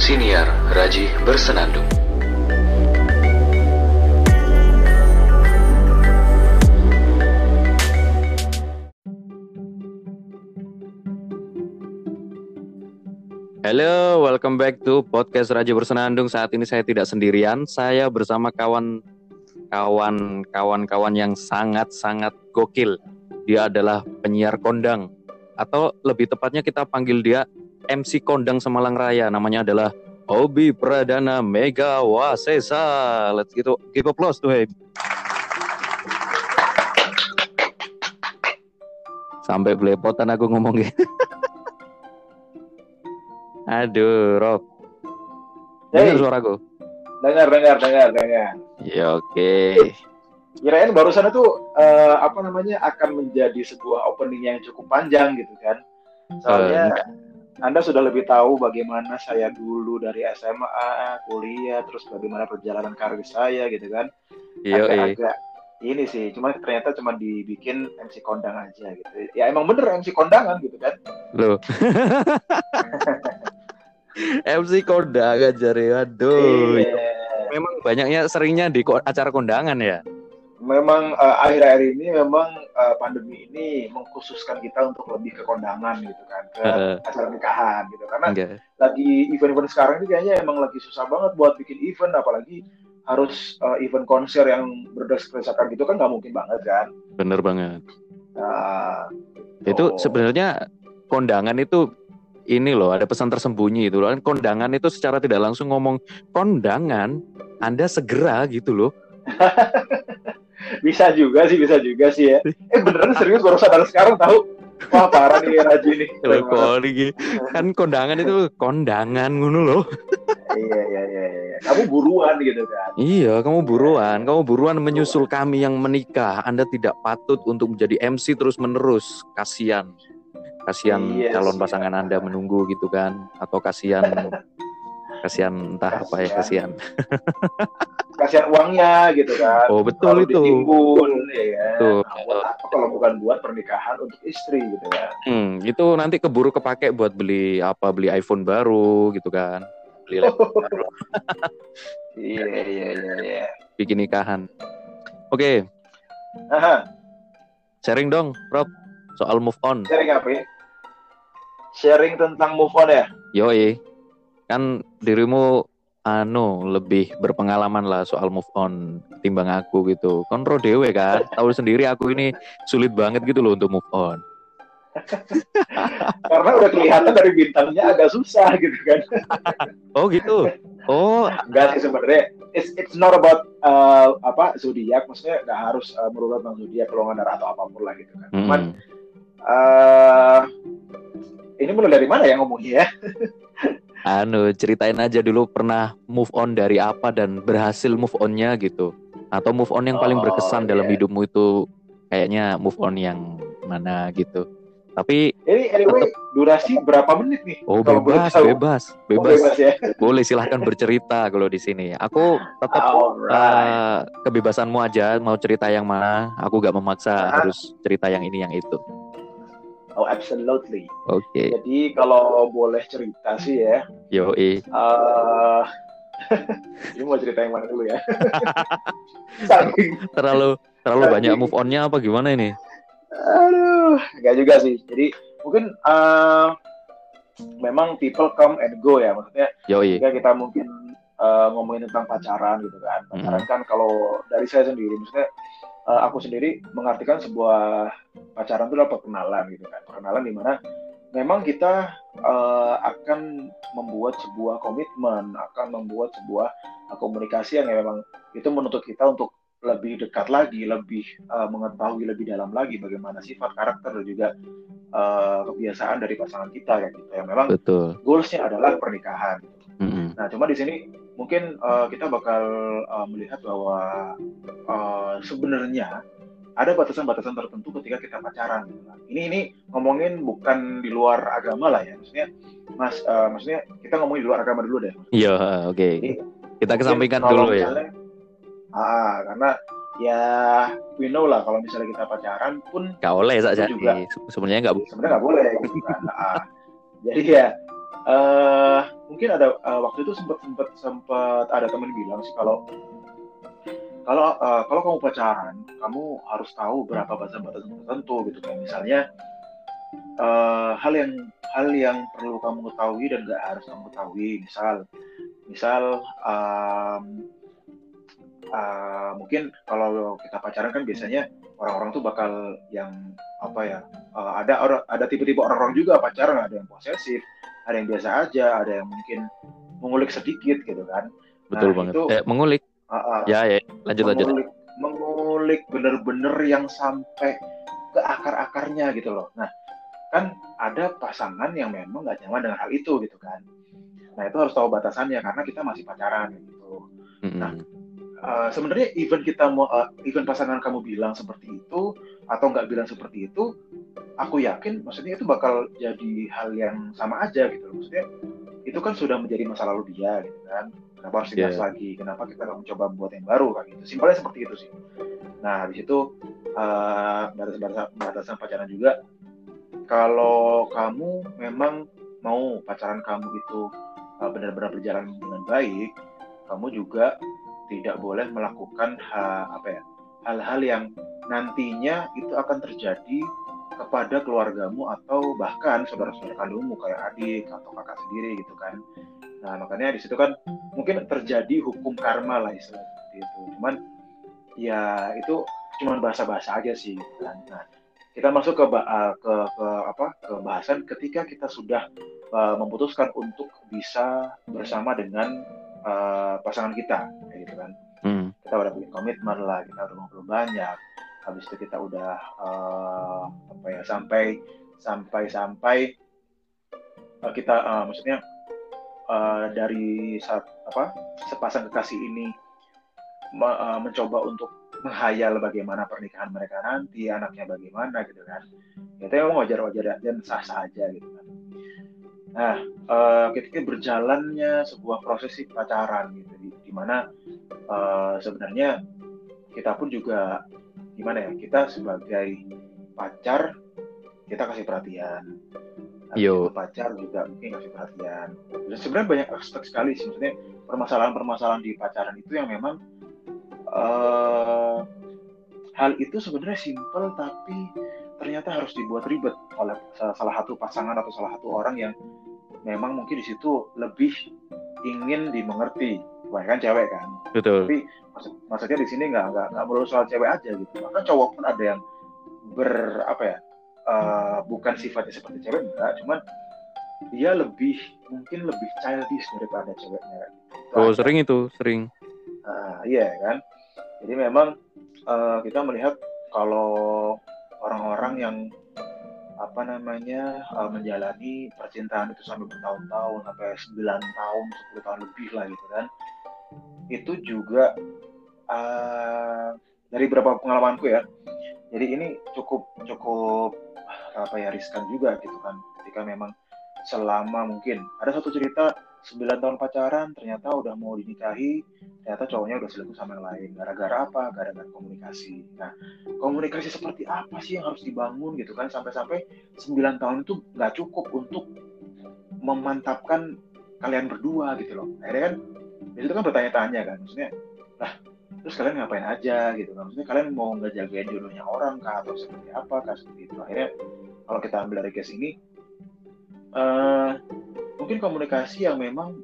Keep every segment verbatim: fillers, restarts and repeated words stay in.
Siniar Raji Bersenandung. Halo, welcome back to podcast Raji Bersenandung. Saat ini saya tidak sendirian, saya bersama kawan kawan kawan-kawan yang sangat-sangat gokil. Dia adalah penyiar kondang, atau lebih tepatnya kita panggil dia M C kondang Semalang Raya. Namanya adalah Hobi Pradana Mega Wasesa. Let's gitu, give applause to him. Sampai belepotan aku ngomongin. Aduh, Rob. Dengar Hey, suaraku? dengar, dengar, dengar, dengar. Ya oke. Okay. Kirain barusan itu uh, apa namanya akan menjadi sebuah opening yang cukup panjang gitu kan. Soalnya uh, Anda sudah lebih tahu bagaimana saya dulu dari S M A, kuliah, terus bagaimana perjalanan karir saya gitu kan. Agak-agak ini sih, cuma ternyata cuma dibikin M C kondang aja gitu. Ya emang bener M C kondangan gitu kan. Loh. M C kondangan jare, aduh. Iya. Memang banyaknya seringnya di acara kondangan ya. Memang uh, akhir-akhir ini memang uh, pandemi ini mengkhususkan kita untuk lebih ke kondangan gitu kan, ke uh, acara nikahan gitu. Karena enggak. Lagi event-event sekarang ini kayaknya emang lagi susah banget buat bikin event, apalagi harus uh, event konser yang berdesak-desakan gitu kan nggak mungkin banget kan. Bener banget. Nah, itu oh. Sebenarnya kondangan itu ini loh, ada pesan tersembunyi itu loh. Kondangan itu secara tidak langsung ngomong, kondangan, Anda segera gitu loh. Bisa juga sih, bisa juga sih ya. Eh beneran serius baru sadar sekarang tahu. Wah parah nih Raji nih. Loh, kan kondangan itu kondangan ngono loh. Iya iya iya iya. Kamu buruan gitu kan. Iya, kamu buruan. Kamu buruan menyusul kami yang menikah. Anda tidak patut untuk menjadi M C terus-menerus. Kasian. Kasian yes, calon pasangan ya. Anda menunggu gitu kan, atau kasian kasian entah kasian. Apa ya kasian. Kasihan uangnya gitu kan. Oh betul kalau itu. Ditimbun, ya. Tuh. Nah, buat apa kalau bukan buat pernikahan untuk istri gitu kan. Hmm, itu nanti keburu kepake buat beli apa, beli iPhone baru gitu kan. Beli laptop baru. Iya iya iya iya. Bikin nikahan. Oke. Okay. Aha. Sharing dong, Rob, soal move on. Sharing apa ya? Sharing tentang move on ya? Yoi. Kan dirimu anu lebih berpengalaman lah soal move on timbang aku gitu. Kontrol dewe kan, tahu sendiri aku ini sulit banget gitu loh untuk move on. Karena udah kelihatan dari bintangnya agak susah gitu kan. Oh gitu. Oh, enggak sih sebenarnya. It's it's not about uh, apa zodiak, maksudnya nggak harus uh, merubah tentang zodiak, golongan darah atau apapun lah gitu kan. Cuman hmm. uh, ini mulai dari mana ya ngomongnya ya? Anu, ceritain aja dulu pernah move on dari apa dan berhasil move on-nya gitu. Atau move on yang paling berkesan oh, dalam yeah. hidupmu itu kayaknya move on yang mana gitu. Tapi Jadi anyway, durasi berapa menit nih? Oh, bebas, bebas, bebas. Oh, bebas ya? Boleh silahkan bercerita kalau di sini. Aku tetap right. uh, kebebasanmu aja, mau cerita yang mana, aku gak memaksa uh-huh. harus cerita yang ini yang itu. Oh, absolutely. Oke. Okay. Jadi kalau boleh cerita sih ya. Yoi. Uh, ini mau cerita yang mana dulu ya? terlalu terlalu Saking. banyak move on-nya apa gimana ini? Aduh, enggak juga sih. Jadi mungkin uh, memang people come and go ya. Maksudnya Yoi. Jika kita mungkin uh, ngomongin tentang pacaran gitu kan. Pacaran hmm. kan kalau dari saya sendiri, maksudnya Uh, aku sendiri mengartikan sebuah pacaran itu adalah perkenalan gitu kan. Perkenalan di mana memang kita uh, akan membuat sebuah komitmen, akan membuat sebuah uh, komunikasi yang memang itu menuntut kita untuk lebih dekat lagi, lebih uh, mengetahui lebih dalam lagi bagaimana sifat, karakter dan juga uh, kebiasaan dari pasangan kita ya gitu. Yang memang Betul. goalsnya adalah pernikahan. Gitu. Mm-hmm. Nah, cuma di sini mungkin uh, kita bakal uh, melihat bahwa uh, sebenarnya ada batasan-batasan tertentu ketika kita pacaran. Gitu. Nah, ini ini ngomongin bukan di luar agama lah ya, maksudnya, mas, uh, maksudnya kita ngomongin di luar agama dulu deh. Iya, oke. Okay. Kita kesampingkan dulu ya. Misalnya, ah, karena ya we know lah kalau misalnya kita pacaran pun nggak boleh saja. Sebenarnya nggak boleh. Sebenarnya nggak boleh. Gitu kan. Nah, jadi ya. Uh, mungkin ada uh, waktu itu sempat sempat sempat ada teman bilang sih kalau kalau uh, kalau kamu pacaran, kamu harus tahu berapa batasan-batasan tertentu gitu kan. Misalnya uh, hal yang hal yang perlu kamu ketahui dan nggak harus kamu ketahui. Misal misal um, uh, mungkin kalau kita pacaran kan biasanya orang-orang tuh bakal yang apa ya, uh, ada orang ada tipe-tipe orang-orang juga pacaran, ada yang posesif, ada yang biasa aja, ada yang mungkin mengulik sedikit gitu kan. Betul Nah, banget. itu Eh, mengulik. uh, uh, Ya, ya. Lanjut, lanjut. mengulik mengulik bener-bener yang sampai ke akar-akarnya gitu loh. Nah, kan ada pasangan yang memang nggak nyaman dengan hal itu gitu kan. Nah, itu harus tahu batasannya karena kita masih pacaran gitu. Mm-mm. Nah, uh, sebenarnya even kita mau uh, even pasangan kamu bilang seperti itu atau nggak bilang seperti itu, aku yakin maksudnya itu bakal jadi hal yang sama aja gitu loh. Maksudnya itu kan sudah menjadi masa lalu dia gitu kan. Kenapa harus dibahas Yeah. lagi? Kenapa kita nggak mencoba buat yang baru kayak gitu? Simpelnya seperti itu sih. Nah, di situ uh, batasan batasan pacaran juga. Kalau kamu memang mau pacaran kamu itu uh, benar-benar berjalan dengan baik, kamu juga tidak boleh melakukan ha, apa ya, hal-hal yang nantinya itu akan terjadi kepada keluargamu atau bahkan saudara-saudara kandungmu kayak adik atau kakak sendiri gitu kan. Nah, makanya di situ kan mungkin terjadi hukum karma lah istilah seperti itu. Cuman ya itu cuman bahasa-bahasa aja sih gitu kan. Nah, kita masuk ke uh, ke ke apa? ke bahasan ketika kita sudah uh, memutuskan untuk bisa bersama dengan uh, pasangan kita kayak gitu kan. Hmm. Kita udah punya komitmen lah, kita udah ngobrol banyak. Habis itu kita udah uh, apa ya sampai sampai sampai uh, kita uh, maksudnya uh, dari saat apa sepasang kekasih ini me- uh, mencoba untuk menghayal bagaimana pernikahan mereka nanti, anaknya bagaimana gitu kan. Itu memang wajar-wajar dan sah-sah aja gitu kan. Nah, uh, ketika berjalannya sebuah proses pacaran gitu, di, di mana uh, sebenarnya kita pun juga gimana ya, kita sebagai pacar kita kasih perhatian, habis Yo. itu pacar juga mungkin kasih perhatian. Dan sebenarnya banyak aspek sekali sih, maksudnya permasalahan-permasalahan di pacaran itu yang memang uh, hal itu sebenarnya simpel tapi ternyata harus dibuat ribet oleh salah satu pasangan atau salah satu orang yang memang mungkin di situ lebih ingin dimengerti, kebanyakan cewek kan. Betul. Tapi maksud, maksudnya di sini nggak nggak nggak melulu soal cewek aja gitu. Bahkan cowok pun ada yang ber apa ya uh, bukan sifatnya seperti cewek enggak, cuman dia lebih mungkin lebih childish daripada ceweknya. Gitu. Oh aja. Sering itu sering. Nah, iya kan. Jadi memang uh, kita melihat kalau orang-orang yang apa namanya uh, menjalani percintaan itu sampai bertahun-tahun, sampai sembilan tahun, sepuluh tahun lebih lah gitu kan. Itu juga uh, dari beberapa pengalamanku ya. Jadi ini cukup cukup apa ya riskan juga gitu kan. Ketika memang selama mungkin ada satu cerita sembilan tahun pacaran ternyata udah mau dinikahi, ternyata cowoknya udah selingkuh sama yang lain. Gara-gara apa? Gara-gara komunikasi. Nah, komunikasi seperti apa sih yang harus dibangun gitu kan, sampai-sampai sembilan tahun itu nggak cukup untuk memantapkan kalian berdua gitu loh. Akhirnya kan itu kan bertanya-tanya kan, maksudnya lah terus kalian ngapain aja gitu kan, maksudnya kalian mau ngejagain jodohnya orang kah atau seperti apa kah, seperti itu. Akhirnya kalau kita ambil dari case ini uh, mungkin komunikasi yang memang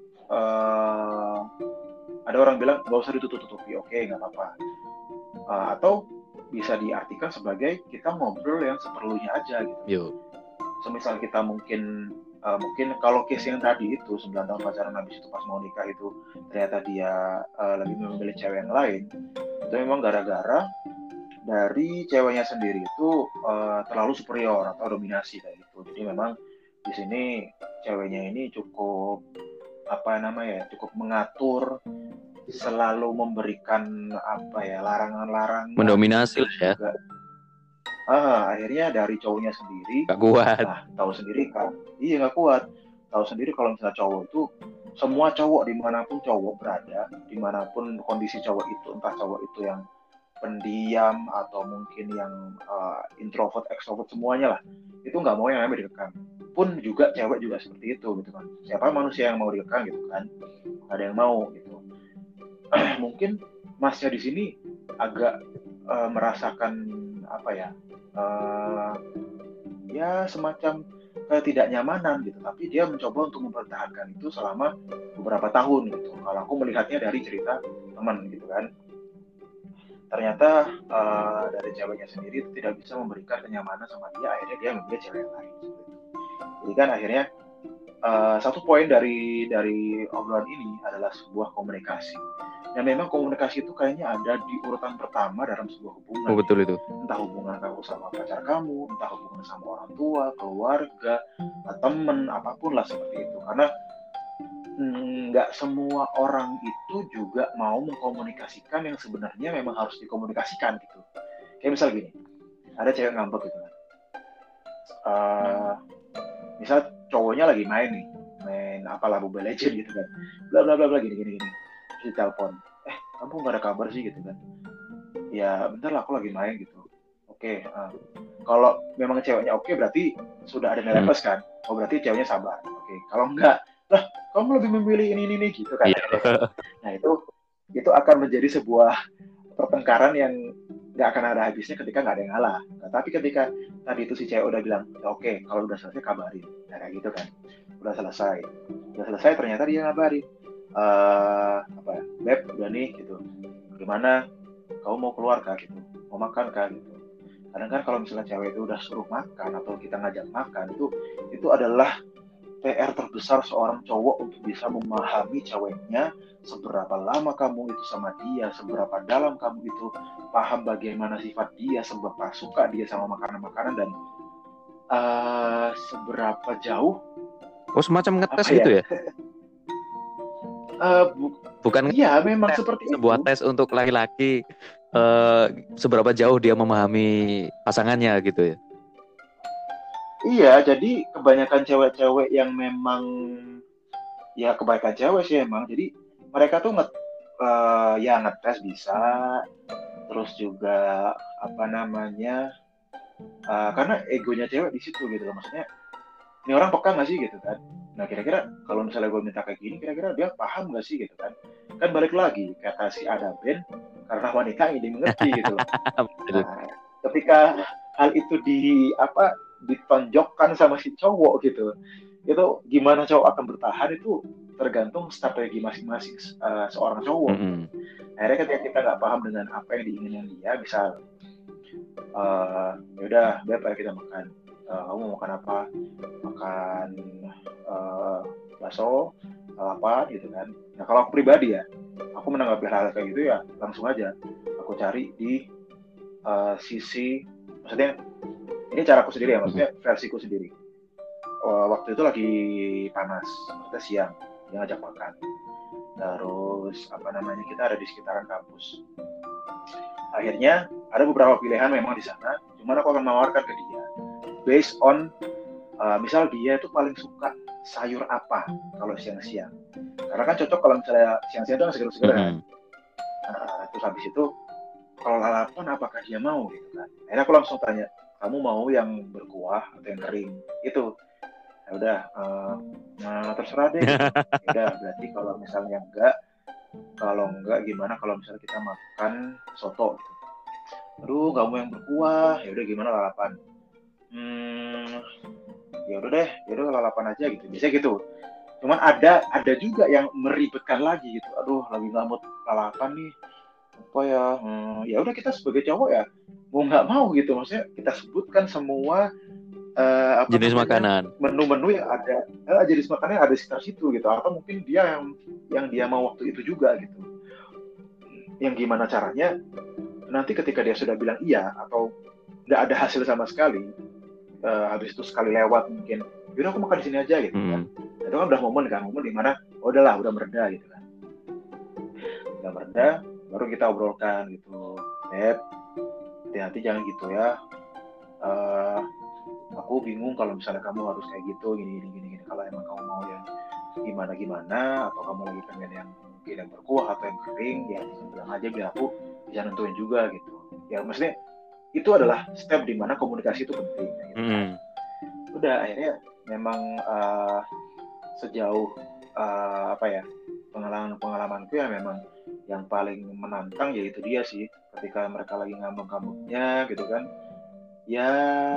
uh, ada orang bilang nggak usah ditutup-tutupi, oke okay, nggak apa-apa, uh, atau bisa diartikan sebagai kita ngobrol yang seperlunya aja gitu. Yo. Semisal kita mungkin uh, mungkin kalau case yang tadi itu sembilan tahun pacaran habis itu pas mau nikah itu ternyata dia uh, lebih memilih cewek yang lain, itu memang gara-gara dari ceweknya sendiri itu uh, terlalu superior atau dominasi kayak gitu. Jadi memang di sini ceweknya ini cukup apa namanya ya, cukup mengatur, selalu memberikan apa ya larangan-larangan, mendominasi lah ya. Juga, ah, akhirnya dari cowoknya sendiri gak kuat. Nah, tahu sendiri kan, iya nggak kuat. Tahu sendiri kalau misalnya cowok itu, semua cowok dimanapun cowok berada, dimanapun kondisi cowok itu, entah cowok itu yang pendiam atau mungkin yang uh, introvert, extrovert semuanya lah, itu nggak mau yang namanya dikekang. Pun juga cewek juga seperti itu gitu kan. Siapa manusia yang mau dikekang gitu kan? Ada yang mau gitu. Mungkin Masnya di sini agak uh, merasakan apa ya? Uh, ya semacam ketidaknyamanan gitu, tapi dia mencoba untuk mempertahankan itu selama beberapa tahun gitu. Kalau aku melihatnya dari cerita teman gitu kan, ternyata uh, dari ceweknya sendiri itu tidak bisa memberikan kenyamanan sama dia, akhirnya dia memilih cewek yang lain. Jadi kan akhirnya uh, satu poin dari dari obrolan ini adalah sebuah komunikasi. Dan memang komunikasi itu kayaknya ada di urutan pertama dalam sebuah hubungan. Oh, betul itu. Entah hubungan kamu sama pacar kamu, entah hubungan sama orang tua, keluarga, teman, apapun lah seperti itu. Karena nggak semua orang itu juga mau mengkomunikasikan yang sebenarnya memang harus dikomunikasikan gitu. Kayak misal gini, ada cewek ngambek gitu kan. Uh, misal cowoknya lagi main nih, main apalah Mobile Legends gitu kan. Bla bla bla bla gini gini gini. Di telepon, eh kamu nggak ada kabar sih gitu kan? Ya bentar lah, aku lagi main gitu. Oke, uh, kalau memang ceweknya oke berarti sudah ada nilai plus kan? Oh berarti ceweknya sabar. Oke, kalau enggak, lah kamu lebih memilih ini ini, ini gitu kan? Yeah. Nah itu itu akan menjadi sebuah pertengkaran yang nggak akan ada habisnya ketika nggak ada yang ngalah. Nah, tapi ketika tadi itu si cewek udah bilang, oke okay, kalau udah selesai kabarin, nah, kayak gitu kan? Udah selesai, udah selesai ternyata dia ngabarin. Uh, apa ya, Beb, udah nih gitu. Gimana? Kamu mau keluar kah gitu? Mau makan kah gitu? Kadang kan kalau misalnya cewek itu udah suruh makan atau kita ngajak makan itu itu adalah P R terbesar seorang cowok untuk bisa memahami ceweknya, seberapa lama kamu itu sama dia, seberapa dalam kamu itu paham bagaimana sifat dia, seberapa suka dia sama makanan-makanan dan uh, seberapa jauh. Oh semacam ngetes gitu ya? ya? Uh, bu- Bukan iya memang tes, seperti sebuah itu. tes untuk laki-laki uh, seberapa jauh dia memahami pasangannya gitu ya. Iya, jadi kebanyakan cewek-cewek yang memang ya kebaikan cewek sih emang. Jadi mereka tuh nge uh, ya ngetes bisa, terus juga apa namanya uh, karena egonya cewek di situ gitu loh, maksudnya ini orang peka nggak sih gitu kan. Nah kira-kira kalau misalnya gue minta kayak gini, kira-kira dia paham nggak sih gitu kan. Kan balik lagi kata si Ada Ben, karena wanita ini mengerti gitu loh. Nah, ketika hal itu di apa ditonjokkan sama si cowok gitu, itu gimana cowok akan bertahan itu tergantung strategi masing-masing uh, seorang cowok. Mm-hmm. Akhirnya ketika kita nggak paham dengan apa yang diinginkan dia, bisa uh, yaudah Beb ayo kita makan. Uh, kamu mau makan apa? Makan uh, bakso, apa gitu kan. Nah kalau aku pribadi ya, aku menanggapi hal kayak gitu ya langsung aja aku cari di uh, sisi, maksudnya ini cara aku sendiri ya, maksudnya versiku sendiri. Uh, waktu itu lagi panas, maksudnya siang, dia ngajak makan. Terus apa namanya, kita ada di sekitaran kampus. Akhirnya ada beberapa pilihan memang di sana, cuman aku akan menawarkan ke dia based on uh, misal dia itu paling suka sayur apa kalau siang-siang, karena kan cocok kalau misalnya siang-siang itu kan segar-segar kan. Nah, terus habis itu kalau lalapan apakah dia mau gitu kan. Akhirnya aku langsung tanya, kamu mau yang berkuah atau yang kering? Itu ya udah uh, nah terserah deh gitu. Ya udah berarti kalau misalnya enggak, kalau enggak gimana kalau misalnya kita makan soto gitu. Aduh nggak mau yang berkuah, ya udah gimana lalapan? Hmm, ya udah deh, ya udah lalapan aja gitu. Biasanya gitu. Cuman ada ada juga yang meribetkan lagi gitu. Aduh lagi nggak mau lalapan nih. Apa ya? Hmm, ya udah kita sebagai cowok ya mau nggak mau gitu. Maksudnya kita sebutkan semua uh, apa jenis namanya, makanan, menu-menu yang ada, eh, jenis makanan yang ada di sekitar situ gitu. Atau mungkin dia yang yang dia mau waktu itu juga gitu. Yang gimana caranya? Nanti ketika dia sudah bilang iya atau nggak ada hasil sama sekali. Uh, habis itu sekali lewat mungkin, yaudah aku makan di sini aja gitu kan. Hmm. Itu kan udah momen kan, momen dimana oh udahlah udah mereda gitu kan, udah mereda, baru kita obrolkan gitu, Beb, hati-hati jangan gitu ya. Uh, aku bingung kalau misalnya kamu harus kayak gitu, gini gini gini gini. Kalau emang kamu mau yang gimana gimana, atau kamu lagi pengen yang mungkin yang berkuah atau yang kering, ya bilang aja biar aku bisa nentuin juga gitu. Ya maksudnya itu adalah step di mana komunikasi itu penting. Gitu. Mm. Udah akhirnya memang uh, sejauh uh, apa ya pengalaman-pengalamanku ya memang yang paling menantang yaitu dia sih ketika mereka lagi ngambek-ngambeknya gitu kan. Ya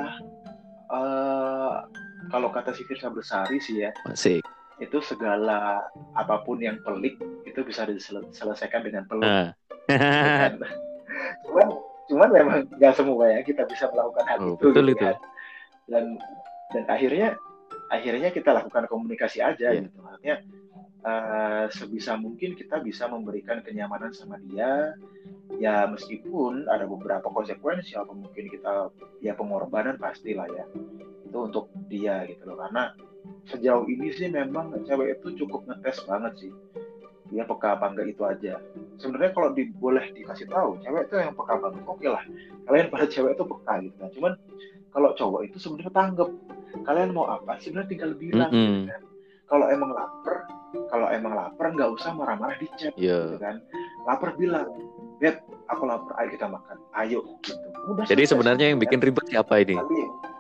uh, kalau kata si Firsa Bersari sih ya. Asik. Itu segala apapun yang pelik itu bisa diselesaikan dengan peluk. Uh. Kan? cuman cuman memang nggak semua ya kita bisa melakukan hal Oh, itu betul gitu itu. kan. dan dan akhirnya akhirnya kita lakukan komunikasi aja Yeah. gitu. Artinya uh, sebisa mungkin kita bisa memberikan kenyamanan sama dia ya, meskipun ada beberapa konsekuensi atau mungkin kita ya pengorbanan pastilah ya itu untuk dia gitu loh. Karena sejauh ini sih memang cewek itu cukup ngetes banget sih dia peka apa enggak itu aja. Sebenarnya kalau di, boleh dikasih tahu cewek itu yang peka banget, oke lah kalian pada cewek itu peka gitu kan. Cuman kalau cowok itu sebenarnya tanggap kalian mau apa sebenarnya tinggal bilang Mm-mm. gitu kan. Kalau emang lapar kalau emang lapar nggak usah marah-marah di chat yeah. gitu kan. Lapar bilang, Beb aku lapar, ayo kita makan, ayo gitu. Udah. Jadi sebenarnya yang bikin ribet siapa ini? Tapi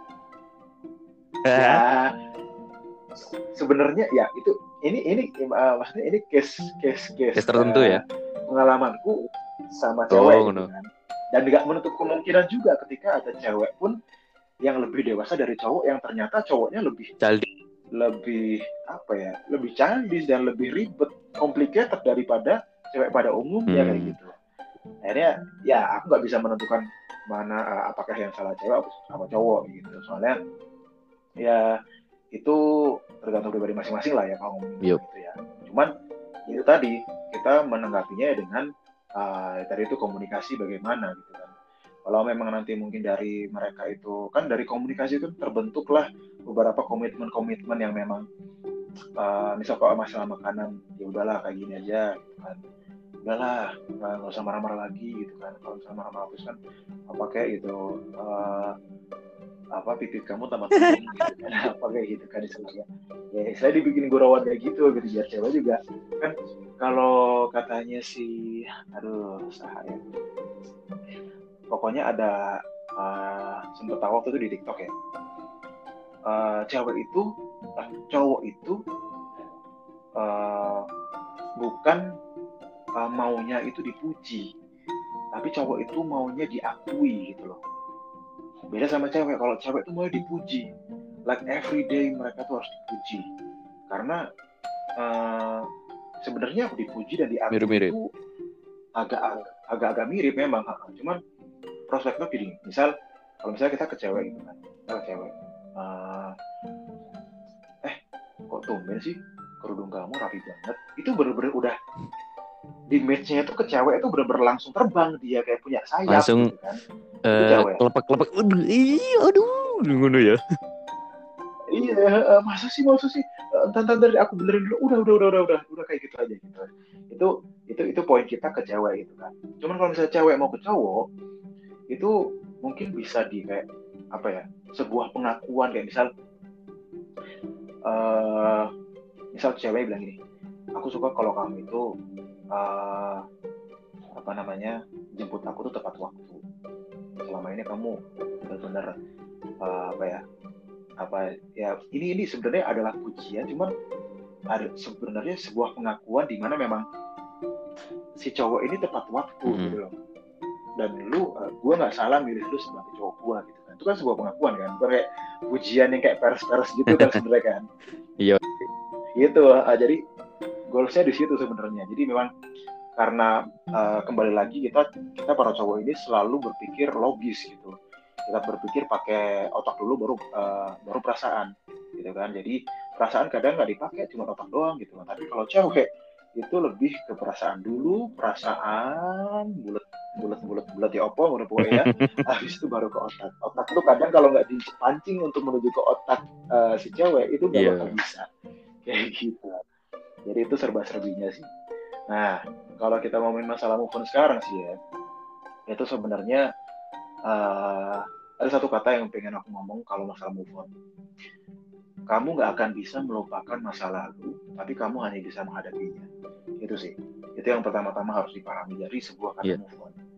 ya sebenarnya ya itu ini ini uh, maksudnya ini case case case, case tertentu uh, ya pengalamanku sama cewek oh, gitu no. kan. Dan nggak menutup kemungkinan juga ketika ada cewek pun yang lebih dewasa dari cowok yang ternyata cowoknya lebih childish, lebih apa ya lebih childish dan lebih ribet complicated daripada cewek pada umumnya hmm. kayak gitu. Akhirnya ya aku nggak bisa menentukan mana uh, apakah yang salah cewek atau cowok gitu. Soalnya ya itu tergantung pribadi masing-masing lah ya kalau ngomongin yep. gitu ya. Cuman itu tadi kita menanggapinya dengan uh, tadi itu komunikasi bagaimana gitu kan. Kalau memang nanti mungkin dari mereka itu kan dari komunikasi itu terbentuklah beberapa komitmen-komitmen yang memang uh, misal kalau masalah makanan ya udahlah kayak gini aja gitu kan. Udahlah nggak usah marah-marah lagi gitu kan. Kalau misalnya marah-marah terus kan apa kayak gitu uh, apa pipit kamu tambah tinggi gitu kan, apa kayak gitu kan istilahnya. Ya saya dibikin gurauan kayak gitu gitu biar cewek juga kan. Kalau katanya si aduh saya pokoknya ada uh, sempet tahu waktu itu di TikTok ya, uh, cewek itu uh, cowok itu uh, bukan uh, maunya itu dipuji, tapi cowok itu maunya diakui gitu loh. Beda sama cewek. Kalau cewek tuh mau dipuji, like every day mereka tuh harus dipuji. Karena uh, sebenarnya dipuji dan diakui mirip-mirip. itu agak agak-agak mirip memang. Cuman prospeknya gini. Misal kalau misalnya kita ke cewek gitu kan, kita ke cewek. Uh, eh, kok tumben sih kerudung kamu rapi banget. Itu bener-bener udah di match-nya itu ke cewek itu bener-bener langsung terbang, dia kayak punya sayap langsung gitu kan. Uh, kelepek-kelepek, aduh, iya, aduh, ngono ya. Iya, uh, masa sih, masa sih, entar dari aku benerin dulu, udah, udah, udah, udah, udah, udah kayak gitu aja gitu. Itu, itu, itu poin kita ke cewek gitu kan. Cuman kalau misalnya cewek mau ke cowok, itu mungkin bisa di kayak apa ya, sebuah pengakuan kayak misal, uh, misal cewek bilang gini, aku suka kalau kamu itu uh, apa namanya jemput aku tuh tepat waktu. Selama ini kamu benar-benar uh, apa ya apa ya ini ini sebenarnya adalah pujian, cuman ada sebenarnya sebuah pengakuan di mana memang si cowok ini tepat waktu mm-hmm. gitu loh. Dan lu uh, gue nggak salah milih lu sebagai cowok gue gitu kan. Itu kan sebuah pengakuan kan, bukan kayak pujian yang kayak peres-peres gitu kan sebenarnya kan. Iya. Gitu uh, jadi goalsnya di situ sebenarnya. Jadi memang karena uh, kembali lagi kita kita para cowok ini selalu berpikir logis gitu. Kita berpikir pakai otak dulu baru uh, baru perasaan gitu kan. Jadi perasaan kadang nggak dipakai, cuma otak doang gitu kan. Tapi kalau cewek itu lebih ke perasaan dulu, perasaan bulat bulat bulat bulat ya opo menurut gue ya. Habis itu baru ke otak. Otak itu kadang kalau nggak dipancing untuk menuju ke otak uh, si cewek itu nggak yeah. bakal bisa kayak gitu. Jadi itu serba-serbinya sih. Nah, kalau kita ngomongin masalah move on sekarang sih ya, itu sebenarnya uh, ada satu kata yang pengen aku ngomong kalau masalah move on. Kamu nggak akan bisa melupakan masa lalu, tapi kamu hanya bisa menghadapinya. Itu sih. Itu yang pertama-tama harus dipahami dari sebuah kata yeah. move on.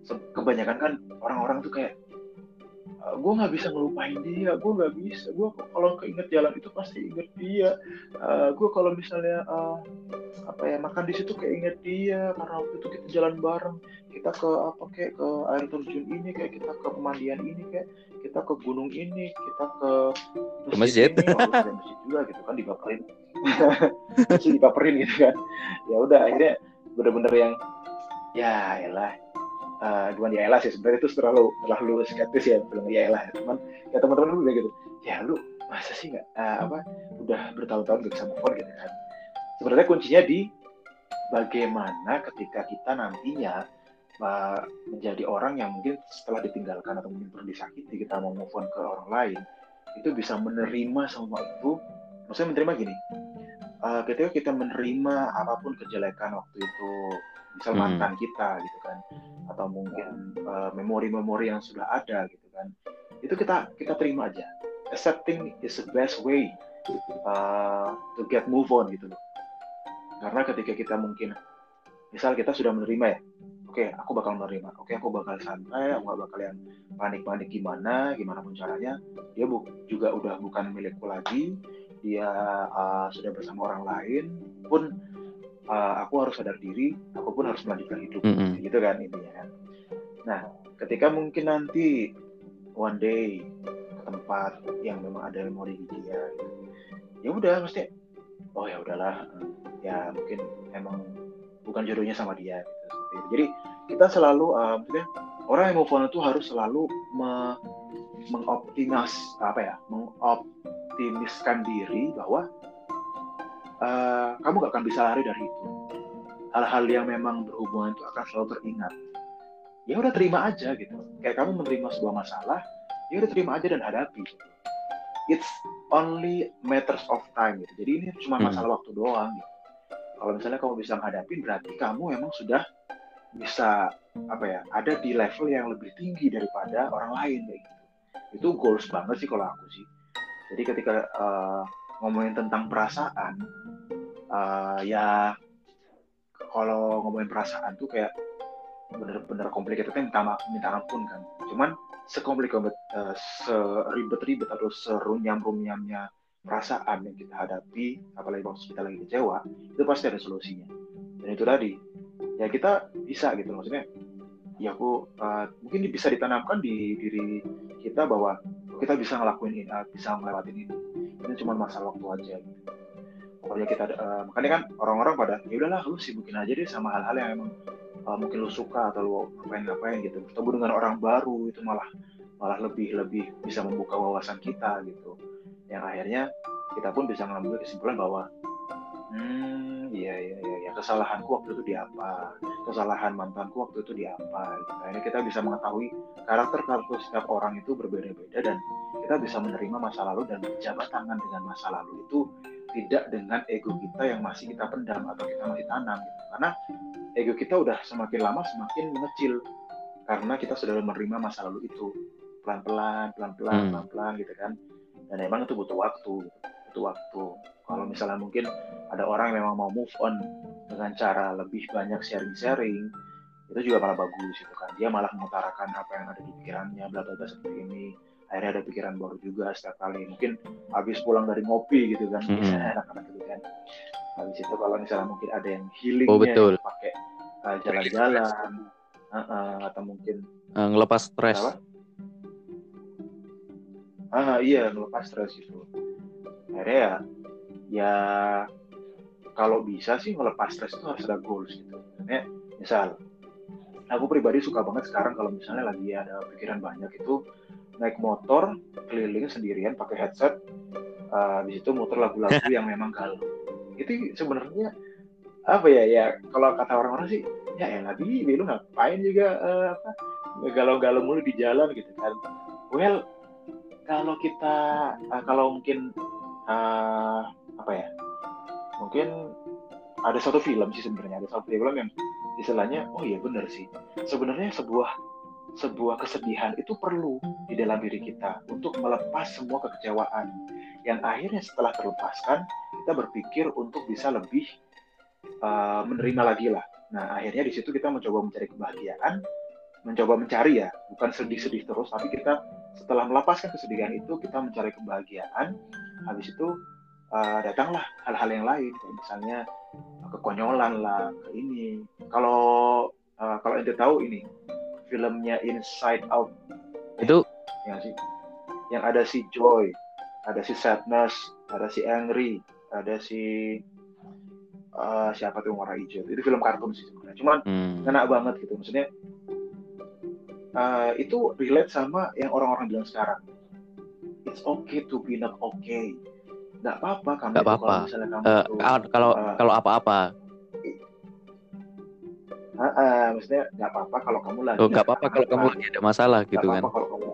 kebanyakan kan orang-orang tuh kayak gue nggak bisa ngelupain dia, gue nggak bisa, gue kalau keinget jalan itu pasti inget dia, uh, gue kalau misalnya uh, apa ya makan di situ keinget dia karena waktu itu kita jalan bareng, kita ke apa kayak ke air terjun ini, kayak kita ke pemandian ini, kayak kita ke gunung ini, kita ke masjid, masjid. ini, oh, ke masjid juga gitu kan, dibaperin, masih dibaperin gitu kan, ya udah akhirnya bener-bener yang ya elah. Uh, gimana ya elah sih sebenarnya itu terlalu terlalu skeptis ya belum ya elah teman ya teman-teman dulu gitu ya lu masa sih nggak uh, apa udah bertahun-tahun gak bisa move on gitu kan. Sebenarnya kuncinya di bagaimana ketika kita nantinya uh, menjadi orang yang mungkin setelah ditinggalkan atau mungkin pernah disakiti kita mau move on ke orang lain itu bisa menerima semua itu. Maksudnya menerima gini, uh, ketika kita menerima apapun kejelekan waktu itu, misal hmm. mantan kita gitu kan, atau mungkin uh, memori-memori yang sudah ada gitu kan, itu kita kita terima aja. Accepting is the best way uh, to get move on gitu loh. Karena ketika kita mungkin misal kita sudah menerima ya, oke okay, aku bakal menerima, oke okay, aku bakal santai, aku gak bakal yang panik-panik gimana gimana pun caranya, dia bu- juga udah bukan milikku lagi, dia uh, sudah bersama orang lain pun Uh, aku harus sadar diri, aku pun harus melanjutkan hidup, mm-hmm. gitu kan intinya kan. Nah, ketika mungkin nanti one day ke tempat yang memang ada memori di dia, gitu, ya udah mesti, oh ya udahlah, ya mungkin emang bukan jodohnya sama dia, gitu, seperti itu. Jadi kita selalu, uh, maksudnya orang yang move on itu harus selalu me- mengoptimas apa ya, mengoptimiskan diri bahwa Uh, kamu gak akan bisa lari dari itu. Hal-hal yang memang berhubungan itu akan selalu teringat. Ya udah terima aja gitu. Kayak kamu menerima sebuah masalah, ya udah terima aja dan hadapi. It's only matters of time gitu. Jadi ini cuma masalah hmm. waktu doang gitu. Kalau misalnya kamu bisa menghadapi, berarti kamu memang sudah bisa apa ya, ada di level yang lebih tinggi daripada orang lain kayak gitu. Itu goals banget sih kalau aku sih. Jadi ketika uh, ngomongin tentang perasaan, uh, ya kalau ngomongin perasaan tuh kayak bener-bener complicated kan minta, minta ampun kan. Cuman sekomplikat, uh, seribet-ribet atau serunyam-runyamnya perasaan yang kita hadapi, apalagi waktu kita lagi kecewa, itu pasti ada solusinya. Dan itu tadi, ya kita bisa gitu, maksudnya, ya aku uh, mungkin bisa ditanamkan di diri kita bahwa kita bisa ngelakuin ini, uh, bisa ngelewatin ini. Ini cuma masalah waktu aja gitu. Pokoknya kita uh, makanya kan orang-orang pada ya udahlah lu sibukin aja deh sama hal-hal yang emang uh, mungkin lu suka atau lu ngapain-ngapain gitu. Bertemu dengan orang baru itu malah malah lebih lebih bisa membuka wawasan kita gitu. Yang akhirnya kita pun bisa mengambil kesimpulan bahwa hmm iya iya iya ya, kesalahanku waktu itu di apa, kesalahan mantanku waktu itu di apa gitu. Akhirnya kita bisa mengetahui karakter-karakter setiap orang itu berbeda-beda dan kita bisa menerima masa lalu dan berjabat tangan dengan masa lalu itu tidak dengan ego kita yang masih kita pendam atau kita masih tanam gitu. Karena ego kita udah semakin lama semakin mengecil karena kita sudah menerima masa lalu itu pelan-pelan pelan-pelan hmm. pelan-pelan gitu kan. Dan emang itu butuh waktu gitu. butuh waktu. Kalau misalnya mungkin ada orang yang memang mau move on dengan cara lebih banyak sharing-sharing, itu juga malah bagus gitu kan. Dia malah mengutarakan apa yang ada di pikirannya, bla bla bla seperti ini. Akhirnya ada pikiran baru juga setiap kali. Mungkin habis pulang dari ngopi gitu kan, bisa hmm. anak-anak gitu kan. Habis itu kalau misalnya mungkin ada yang healingnya, oh, pakai uh, jalan-jalan, uh, uh, atau mungkin uh, ngelepas stres. Ah iya, ngelepas stres gitu. Akhirnya ya, ya kalau bisa sih ngelepas stres itu harus ada goals gitu. Misalnya, misal, aku pribadi suka banget sekarang kalau misalnya lagi ada pikiran banyak itu naik motor keliling sendirian pakai headset, uh, di situ muter lagu-lagu yang memang galau. Itu sebenarnya apa ya ya kalau kata orang-orang sih ya elah bi, lu ngapain juga uh, apa galau-galau mulu di jalan gitu kan. Well kalau kita uh, kalau mungkin uh, apa ya mungkin ada satu film sih sebenarnya ada satu film yang istilahnya oh iya benar sih sebenarnya sebuah sebuah kesedihan itu perlu di dalam diri kita untuk melepas semua kekecewaan yang akhirnya setelah terlepaskan kita berpikir untuk bisa lebih uh, menerima lagi lah. Nah akhirnya di situ kita mencoba mencari kebahagiaan mencoba mencari ya, bukan sedih-sedih terus, tapi kita setelah melepaskan kesedihan itu kita mencari kebahagiaan. Habis itu uh, datanglah hal-hal yang lain, kayak misalnya kekonyolan lah, ke ini. Kalau uh, kalau ente tahu ini filmnya Inside Out Itu ya sih, yang ada si Joy, ada si Sadness, ada si Angry, ada si uh, siapa tuh yang warna hijau. Itu film kartun sih sebenarnya. Cuman hmm, ngena banget gitu. Maksudnya uh, itu relate sama yang orang-orang bilang sekarang. It's okay to be not okay. Nggak apa-apa kamu nggak itu apa-apa. kalau misalnya kamu Eh, itu kalau uh, kalau apa-apa, uh, uh, maksudnya nggak apa-apa kalau kamu lagi oh nggak nggak apa-apa kalau kamu kenapa-napa. lagi ada masalah Nggak gitu kan. apa-apa kalau kamu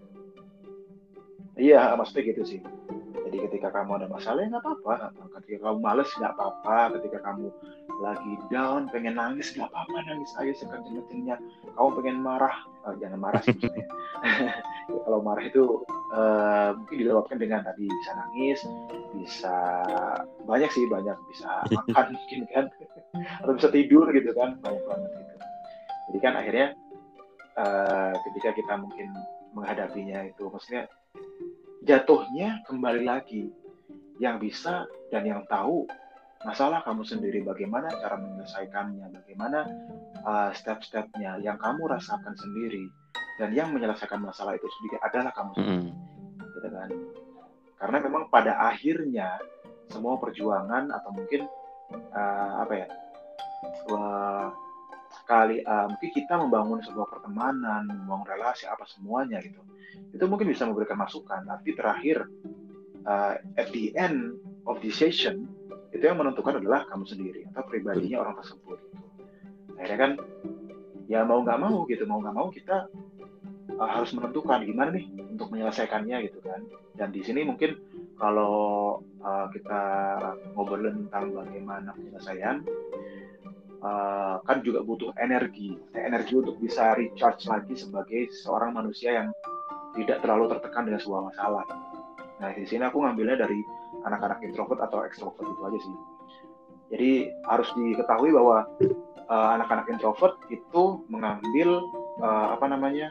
iya maksudnya gitu sih. Jadi ketika kamu ada masalah ya nggak apa-apa. Ketika kamu males nggak apa-apa. Ketika kamu lagi down pengen nangis nggak apa-apa, nangis aja sekenceng-kencengnya. Kamu pengen marah, oh, jangan marah sih maksudnya. Ya, kalau marah itu uh, mungkin dilakukan dengan tadi bisa nangis, bisa banyak sih banyak bisa makan mungkin kan, atau bisa tidur gitu kan, banyak banget gitu. Jadi kan akhirnya uh, ketika kita mungkin menghadapinya itu maksudnya jatuhnya kembali lagi yang bisa dan yang tahu masalah kamu sendiri, bagaimana cara menyelesaikannya, bagaimana uh, step-stepnya yang kamu rasakan sendiri, dan yang menyelesaikan masalah itu sendiri adalah kamu sendiri, Mm-mm. gitu kan? Karena memang pada akhirnya semua perjuangan atau mungkin uh, apa ya, uh, kali uh, mungkin kita membangun sebuah pertemanan, membangun relasi apa semuanya gitu, itu mungkin bisa memberikan masukan, tapi terakhir uh, at the end of the session itu yang menentukan adalah kamu sendiri atau pribadinya orang tersebut. Akhirnya kan ya mau nggak mau gitu, mau nggak mau kita uh, harus menentukan gimana nih untuk menyelesaikannya gitu kan. Dan di sini mungkin kalau uh, kita ngobrolin tentang bagaimana penyelesaian, uh, kan juga butuh energi, energi untuk bisa recharge lagi sebagai seorang manusia yang tidak terlalu tertekan dengan sebuah masalah. Nah di sini aku ngambilnya dari anak-anak introvert atau extrovert itu aja sih. Jadi harus diketahui bahwa uh, anak-anak introvert itu mengambil uh, apa namanya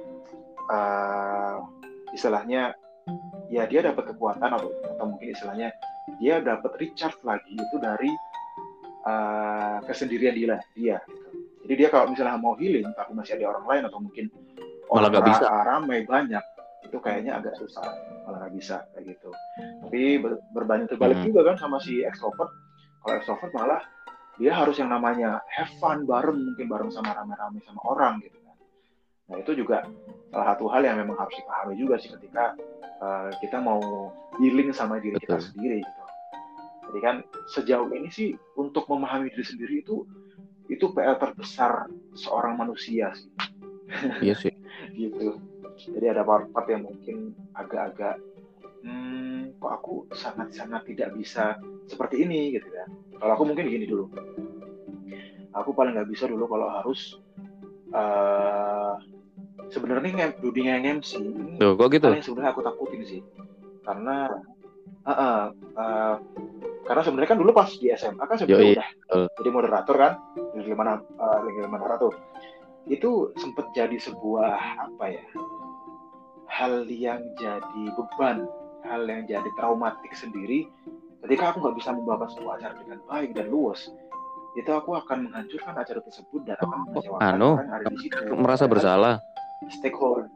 uh, istilahnya ya dia dapat kekuatan atau, atau mungkin istilahnya dia dapat recharge lagi itu dari uh, kesendirian dia dia. Gitu. Jadi dia kalau misalnya mau healing tapi masih ada orang lain atau mungkin Malah orang nggak bisa. ra- ramai banyak, itu kayaknya agak susah, malah nggak bisa kayak gitu. Tapi ber- berbanding terbalik Hmm. juga kan sama si extrovert. Kalau extrovert malah dia harus yang namanya have fun bareng, mungkin bareng sama rame-rame sama orang gitu kan. Nah itu juga salah satu hal yang memang harus dipahami juga sih ketika uh, kita mau healing sama diri kita Betul. sendiri gitu. Jadi kan sejauh ini sih untuk memahami diri sendiri itu itu P R terbesar seorang manusia sih. Iya sih. Gitu. Jadi ada part-part yang mungkin agak-agak hmm, kok aku sangat-sangat tidak bisa seperti ini gitu kan. Kalau aku mungkin gini dulu, aku paling nggak bisa dulu kalau harus uh, sebenarnya dunia M C ini Tuh, kok gitu? paling sebenarnya aku takutin sih, karena uh, uh, uh, karena sebenarnya kan dulu pas di S M A kan sebenarnya Yoi. udah uh. jadi moderator kan, di mana uh, di mana tuh itu sempat jadi sebuah apa ya, hal yang jadi beban, hal yang jadi traumatik sendiri ketika aku nggak bisa membawa sebuah acara dengan baik dan luas. Itu aku akan menghancurkan acara tersebut dan akan mengecewakan Anu, orang yang ada di situ. merasa Padahal bersalah. Stakeholder.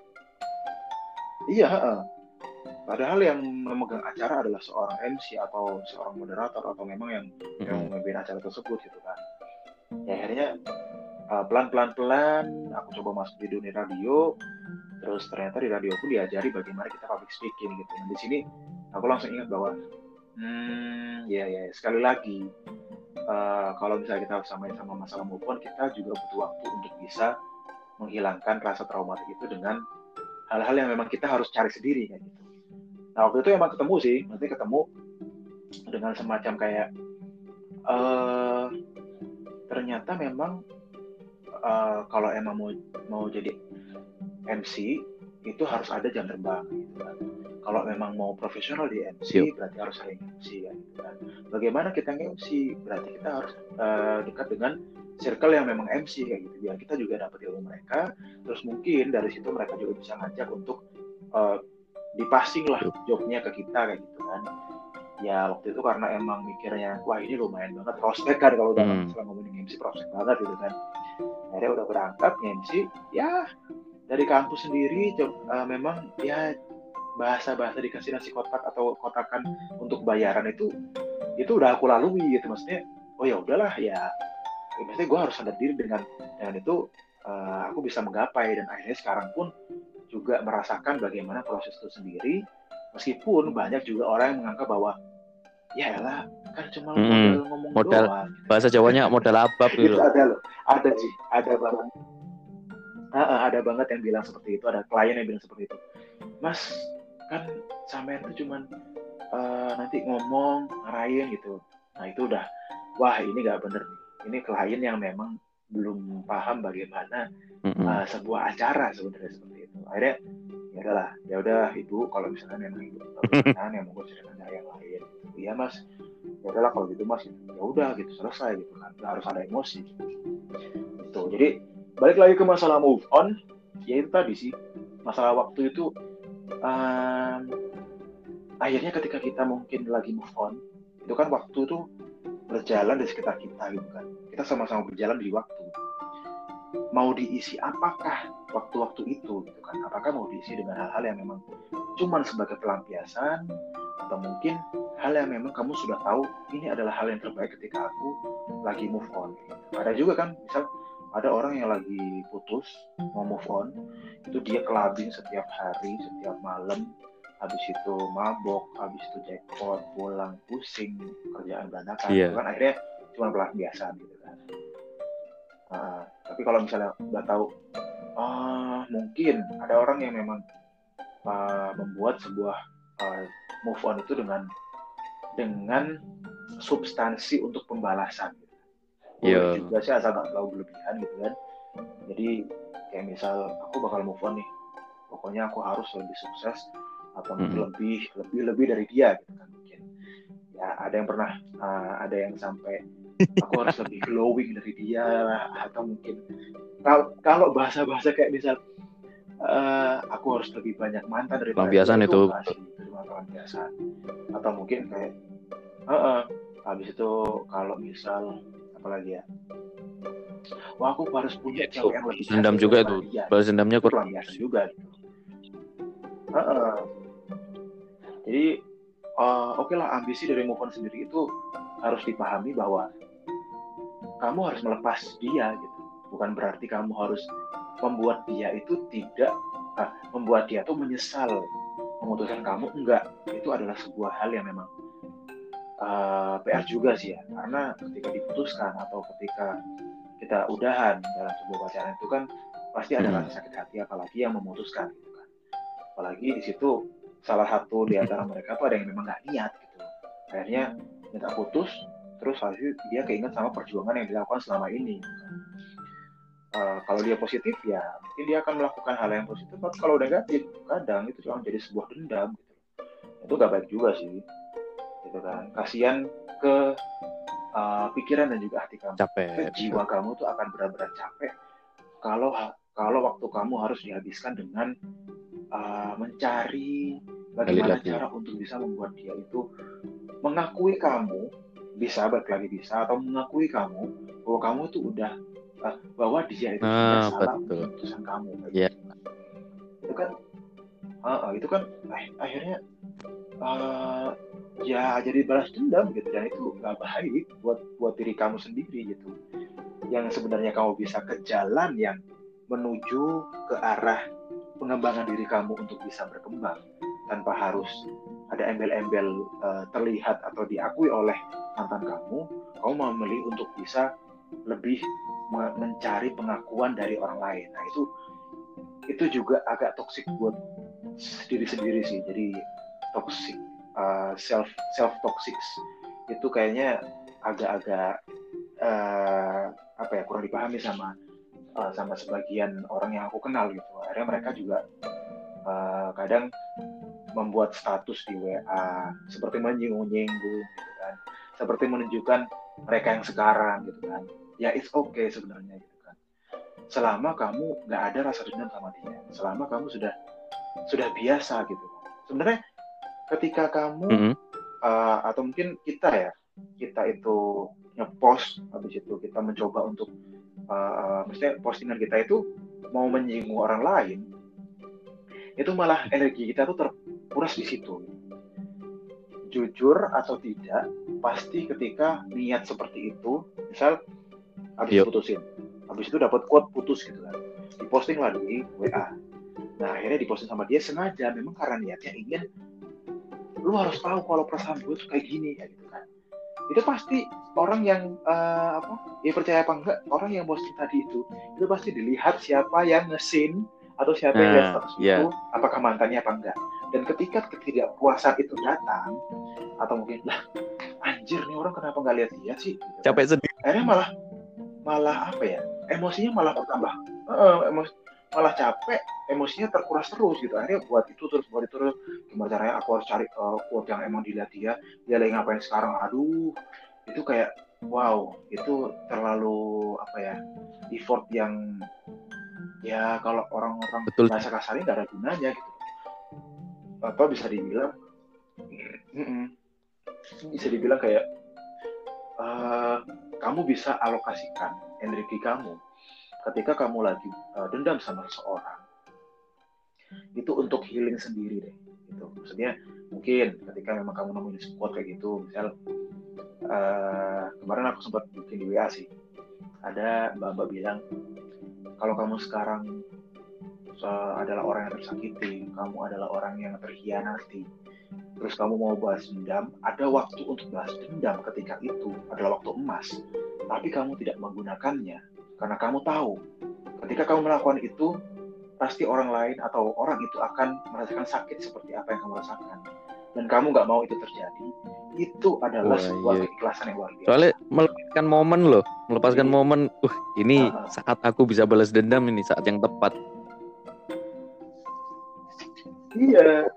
Iya, uh, padahal yang memegang acara adalah seorang M C atau seorang moderator atau memang yang Mm-hmm. yang memimpin acara tersebut gitu kan. Ya akhirnya Uh, pelan-pelan-pelan aku coba masuk di dunia radio, terus ternyata di radio pun diajari bagaimana kita public speaking gitu. Nah di sini aku langsung ingat bahwa hmm ya ya sekali lagi uh, kalau misalnya kita sama-sama masalah move on, kita juga butuh waktu untuk bisa menghilangkan rasa traumatik itu dengan hal-hal yang memang kita harus cari sendiri kayak gitu. Nah waktu itu emang ketemu sih, nanti ketemu dengan semacam kayak uh, ternyata memang Uh, kalau emang mau mau jadi M C itu harus ada jam terbang gitu kan. kalau memang mau profesional di M C, yep. berarti harus sering M C kan. Bagaimana kita nge-M C? Berarti kita harus uh, dekat dengan circle yang memang M C kayak gitu, biar kita juga dapat ilmu mereka. Terus mungkin dari situ mereka juga bisa ngajak untuk uh, dipasing lah jobnya ke kita kayak gitu kan. Ya waktu itu karena emang mikirnya, wah ini lumayan banget prospek kan kalau udah hmm. setelah ngomongin M C prospek banget gitu kan. Akhirnya udah berangkat M C, ya dari kampus sendiri uh, memang ya bahasa-bahasa dikasih nasi kotak atau kotakan untuk bayaran itu itu udah aku lalui gitu, maksudnya oh ya udahlah ya, maksudnya gue harus sadar diri dengan dengan itu uh, aku bisa menggapai, dan akhirnya sekarang pun juga merasakan bagaimana proses itu sendiri, meskipun banyak juga orang yang menganggap bahwa ya elah kan cuma hmm, modal ngomong modal, doang gitu. Bahasa Jawanya modal abab gitu. Itu ada loh, ada sih, ada banget. Ah, ada banget yang bilang seperti itu, ada klien yang bilang seperti itu. Mas, kan sampean itu cuman uh, nanti ngomong, ngarahin gitu. Nah itu udah, wah ini gak bener nih. Ini klien yang memang belum paham bagaimana mm-hmm. uh, sebuah acara sebenarnya seperti itu. Akhirnya, ya udahlah, ya udah ibu, kalau misalnya memang ibu berkenan, ya monggo cerita yang lain. Iya mas, ya udahlah kalau gitu mas, ya udah gitu selesai gitu kan. Gak harus ada emosi. Gitu. Jadi balik lagi ke masalah move on, ya itu tadi sih, masalah waktu itu. Um, akhirnya ketika kita mungkin lagi move on, itu kan waktu itu berjalan di sekitar kita gitu kan, kita sama-sama berjalan di waktu, mau diisi apakah waktu-waktu itu gitu kan, apakah mau diisi dengan hal-hal yang memang cuman sebagai pelampiasan, atau mungkin hal yang memang kamu sudah tahu ini adalah hal yang terbaik ketika aku lagi move on gitu. Ada juga kan, misal ada orang yang lagi putus mau move on, itu dia clubbing setiap hari, setiap malam, habis itu mabok, habis itu jackpot, pulang pusing, kerjaan berantakan, yeah. Kan akhirnya cuma pelampiasan gitu kan. Uh, tapi kalau misalnya udah tahu, uh, mungkin ada orang yang memang uh, membuat sebuah uh, move on itu dengan dengan substansi untuk pembalasan. Iya. Juga sih asal nggak terlalu berlebihan gitu kan. Jadi kayak misal aku bakal move on nih, pokoknya aku harus lebih sukses atau mungkin mm-hmm. lebih lebih lebih dari dia gitu kan, mungkin ya ada yang pernah uh, ada yang sampai aku harus lebih glowing dari dia lah, atau mungkin kalau kalau bahasa-bahasa kayak misal uh, aku harus lebih banyak mantan dari pelampiasan itu, itu pelampiasan, atau mungkin kayak uh, uh, habis itu kalau misal apalagi ya, wah aku harus punya cewek yang lebih dendam juga itu, balas dendamnya kurang biasa juga gitu. Uh-uh. Jadi uh, oke okay lah, ambisi dari move on sendiri itu harus dipahami bahwa kamu harus melepas dia gitu, bukan berarti kamu harus membuat dia itu tidak uh, membuat dia tuh menyesal memutuskan kamu, enggak, itu adalah sebuah hal yang memang Uh, P R juga sih ya, karena ketika diputuskan atau ketika kita udahan dalam sebuah pacaran itu kan pasti ada rasa sakit hati, apalagi yang memutuskan gitu kan, apalagi di situ salah satu di antara mereka tuh ada yang memang nggak niat gitu, akhirnya minta putus, terus habis dia keinget sama perjuangan yang dilakukan selama ini gitu kan. Uh, kalau dia positif ya mungkin dia akan melakukan hal yang positif, tapi kalau negatif kadang itu cuma jadi sebuah dendam gitu, itu nggak baik juga sih gitu kan. Kasihan ke uh, pikiran dan juga hati kamu, capek, jiwa kamu tuh akan benar-benar capek kalau kalau waktu kamu harus dihabiskan dengan uh, mencari bagaimana lagi. cara untuk bisa membuat dia itu mengakui kamu, bisa balik lagi bisa, atau mengakui kamu bahwa kamu tuh udah uh, bahwa dia itu ah, tidak salah betul. keputusan kamu yeah. Itu kan uh, uh, itu kan eh, akhirnya uh, ya jadi balas dendam gitu, dan itu nggak baik buat buat diri kamu sendiri gitu, yang sebenarnya kamu bisa ke jalan yang menuju ke arah pengembangan diri kamu untuk bisa berkembang tanpa harus ada embel-embel uh, terlihat atau diakui oleh mantan kamu. Kamu memilih untuk bisa lebih me- mencari pengakuan dari orang lain. Nah itu itu juga agak toksik buat diri sendiri sih. Jadi toksik, uh, self self toxic itu kayaknya agak-agak uh, apa ya, kurang dipahami sama uh, sama sebagian orang yang aku kenal gitu. Akhirnya mereka juga uh, kadang membuat status di W A seperti menyinggung-nyinggung gitu kan, seperti menunjukkan mereka yang sekarang gitu kan, ya it's okay sebenarnya gitu kan, selama kamu nggak ada rasa dendam sama dia, selama kamu sudah sudah biasa gitu. Sebenarnya ketika kamu Mm-hmm. uh, atau mungkin kita ya, kita itu ngepost, habis itu kita mencoba untuk uh, maksudnya postingan kita itu mau menyinggung orang lain, itu malah energi kita tuh terkuras di situ. Jujur atau tidak, pasti ketika niat seperti itu, misal habis Yep. putusin, habis itu dapat quote putus gitu kan, diposting lah di W A. Nah akhirnya diposting sama dia sengaja, memang karena niatnya ingin lu harus tahu kalau perasaan gue tuh kayak gini ya gitu kan. Itu pasti orang yang uh, apa ya percaya apa enggak, orang yang posting tadi itu itu pasti dilihat siapa yang nge-scene atau siapa yang lihat Nah, status ya. itu, apakah mantannya apa enggak. Dan ketika ketidakpuasan itu datang, atau mungkin lah anjir nih orang kenapa nggak lihat dia sih gitu kan. Capek sendiri. Akhirnya malah malah apa ya, emosinya malah bertambah, uh, emos, malah capek, emosinya terkuras terus gitu. Akhirnya buat itu terus buat itu terus, gimana caranya aku harus cari uh, quote yang emang dilihat dia, dia lagi ngapain sekarang. Aduh, itu kayak wow, itu terlalu apa ya, effort yang ya kalau orang-orang Betul. bahasa kasarnya nggak ada gunanya gitu. Atau bisa dibilang mm-mm, bisa dibilang kayak uh, kamu bisa alokasikan energi kamu ketika kamu lagi uh, dendam sama seseorang itu untuk healing sendiri deh gitu. Maksudnya mungkin ketika memang kamu nemuin support kayak gitu, misal uh, kemarin aku sempat bikin di W A sih, ada mbak-mbak bilang kalau kamu sekarang uh, adalah orang yang tersakiti, kamu adalah orang yang terhianati, terus kamu mau balas dendam, ada waktu untuk balas dendam ketika itu adalah waktu emas, tapi kamu tidak menggunakannya karena kamu tahu ketika kamu melakukan itu pasti orang lain atau orang itu akan merasakan sakit seperti apa yang kamu rasakan, dan kamu nggak mau itu terjadi. Itu adalah Wah, sebuah iya. keikhlasan yang luar biasa. Soalnya melepaskan momen loh, melepaskan Iya. momen. Uh, ini Uh-huh. saat aku bisa balas dendam, ini saat yang tepat. Iya.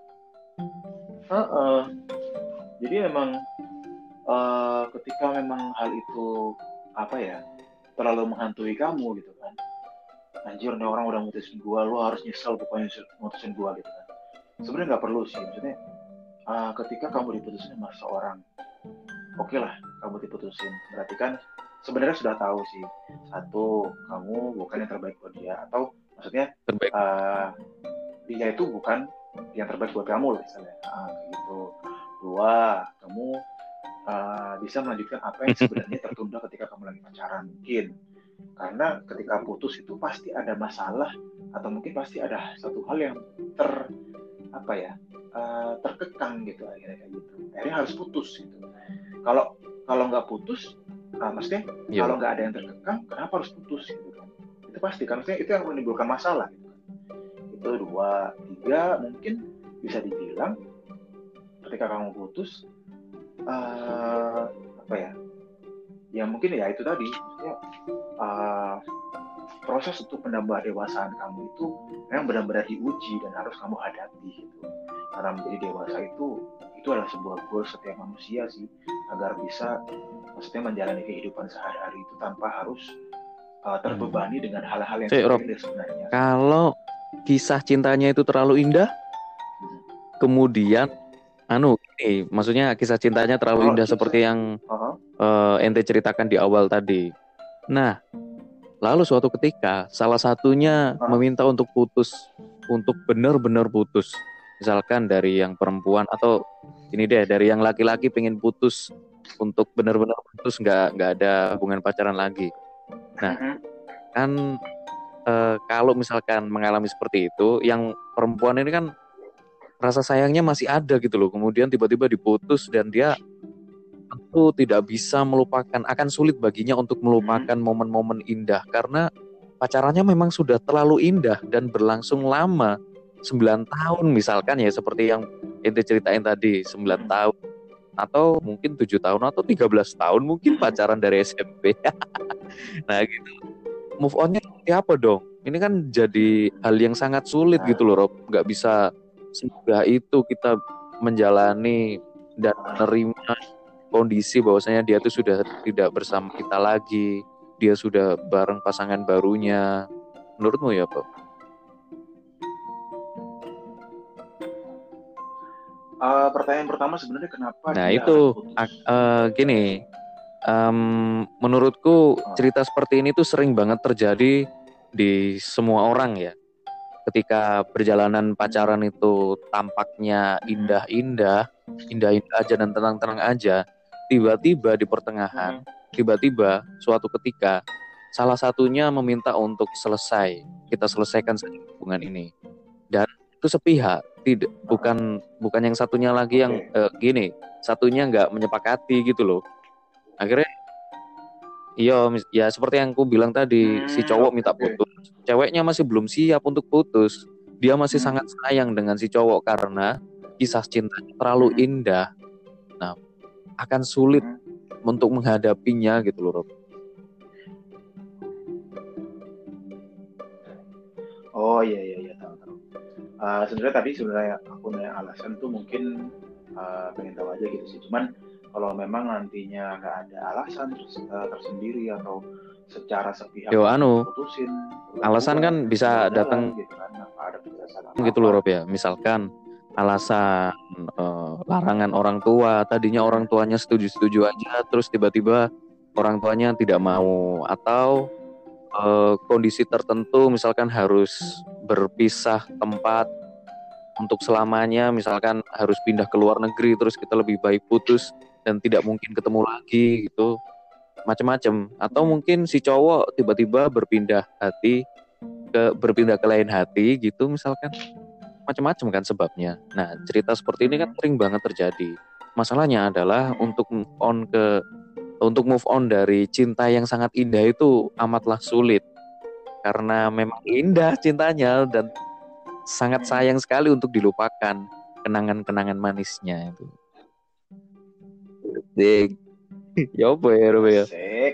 Uh-uh. Jadi memang uh, ketika memang hal itu apa ya, terlalu menghantui kamu gitu kan, anjir nih orang udah mutusin gua, lu harus nyesel pokoknya mutusin gua gitu kan. Sebenarnya nggak perlu sih, maksudnya uh, ketika kamu diputusin sama seorang, oke okay lah kamu diputusin, berarti kan sebenarnya sudah tahu sih, satu kamu bukan yang terbaik buat dia, atau maksudnya Terbaik. uh, dia itu bukan yang terbaik buat kamu lah misalnya, nah, kayak gitu. Dua, kamu uh, bisa melanjutkan apa yang sebenarnya tertunda ketika kamu lagi pacaran mungkin, karena ketika putus itu pasti ada masalah atau mungkin pasti ada satu hal yang ter apa ya uh, terkekang gitu, akhirnya kayak gitu, akhirnya harus putus gitu. Kalau kalau nggak putus, uh, maksudnya Yo. kalau nggak ada yang terkekang, kenapa harus putus gitu kan? Itu pasti kan, maksudnya itu yang menimbulkan masalah gitu kan. Itu dua. Tiga, mungkin bisa dibilang ketika kamu putus, uh, apa ya? Ya mungkin ya itu tadi, maksudnya uh, proses untuk penambah dewasaan kamu itu memang benar-benar diuji dan harus kamu hadapi gitu. Karena menjadi dewasa itu itu adalah sebuah goal setiap manusia sih, agar bisa maksudnya menjalani kehidupan sehari-hari itu tanpa harus uh, terbebani dengan hal-hal yang Cek, Rob, sepele sebenarnya. kalau kisah cintanya itu terlalu indah, Hmm. kemudian anu ini maksudnya kisah cintanya terlalu Kalau indah kisah- seperti yang Uh-huh. uh, ente ceritakan di awal tadi. Nah, lalu suatu ketika salah satunya Hah? meminta untuk putus, untuk benar-benar putus. Misalkan dari yang perempuan atau ini deh dari yang laki-laki pengen putus untuk benar-benar putus, nggak nggak ada hubungan pacaran lagi. Nah, Mhm. kan uh, kalau misalkan mengalami seperti itu, yang perempuan ini kan rasa sayangnya masih ada gitu loh. Kemudian tiba-tiba diputus dan dia tentu tidak bisa melupakan, akan sulit baginya untuk melupakan Hmm. momen-momen indah karena pacarannya memang sudah terlalu indah dan berlangsung lama, sembilan tahun misalkan ya, seperti yang ente ceritain tadi, sembilan Hmm. tahun atau mungkin tujuh tahun atau tiga belas tahun mungkin pacaran dari S M P. Nah gitu, move on-nya seperti apa dong? Ini kan jadi hal yang sangat sulit gitu loh Rob, nggak bisa semudah itu kita menjalani dan menerima kondisi bahwasanya dia tuh sudah tidak bersama kita lagi, dia sudah bareng pasangan barunya. Menurutmu ya, Pak? Uh, pertanyaan pertama sebenarnya kenapa Nah dia itu harus putus? ak- uh, gini, um, menurutku Oh. cerita seperti ini tuh sering banget terjadi di semua orang ya. Ketika perjalanan pacaran itu tampaknya indah-indah, indah-indah aja dan tenang-tenang aja, tiba-tiba di pertengahan, tiba-tiba suatu ketika salah satunya meminta untuk selesai, kita selesaikan saja hubungan ini, dan itu sepihak, tidak bukan bukan yang satunya lagi yang Oke. eh, gini, satunya nggak menyepakati gitu loh. Akhirnya iya, mis- ya seperti yang aku bilang tadi, si Hmm, cowok oke, minta oke. putus, ceweknya masih belum siap untuk putus. Dia masih Hmm. sangat sayang dengan si cowok karena kisah cintanya terlalu Hmm. indah. Nah, akan sulit Hmm. untuk menghadapinya gitu loh, Rob. Oh iya iya iya tahu tahu. Uh, sebenarnya tadi sebenarnya aku nanya alasan tuh mungkin uh, pengen tahu aja gitu sih. Cuman kalau memang nantinya nggak ada alasan terus, uh, tersendiri atau secara sepihak Yo anu, putusin, alasan kan bisa datang gitu kan, apa ada penjelasan apa gitu loh, Rob ya. Misalkan alasan eh, larangan orang tua, tadinya orang tuanya setuju-setuju aja, terus tiba-tiba orang tuanya tidak mau, atau eh, kondisi tertentu misalkan harus berpisah tempat untuk selamanya, misalkan harus pindah ke luar negeri, terus kita lebih baik putus dan tidak mungkin ketemu lagi gitu, macam-macam. Atau mungkin si cowok tiba-tiba berpindah hati ke berpindah ke lain hati gitu, misalkan macam-macam kan sebabnya. Nah, cerita seperti ini kan sering banget terjadi. Masalahnya adalah untuk move on ke untuk move on dari cinta yang sangat indah itu amatlah sulit, karena memang indah cintanya dan sangat sayang sekali untuk dilupakan kenangan-kenangan manisnya itu. Dik, ya apa ya, Rob ya? Asik.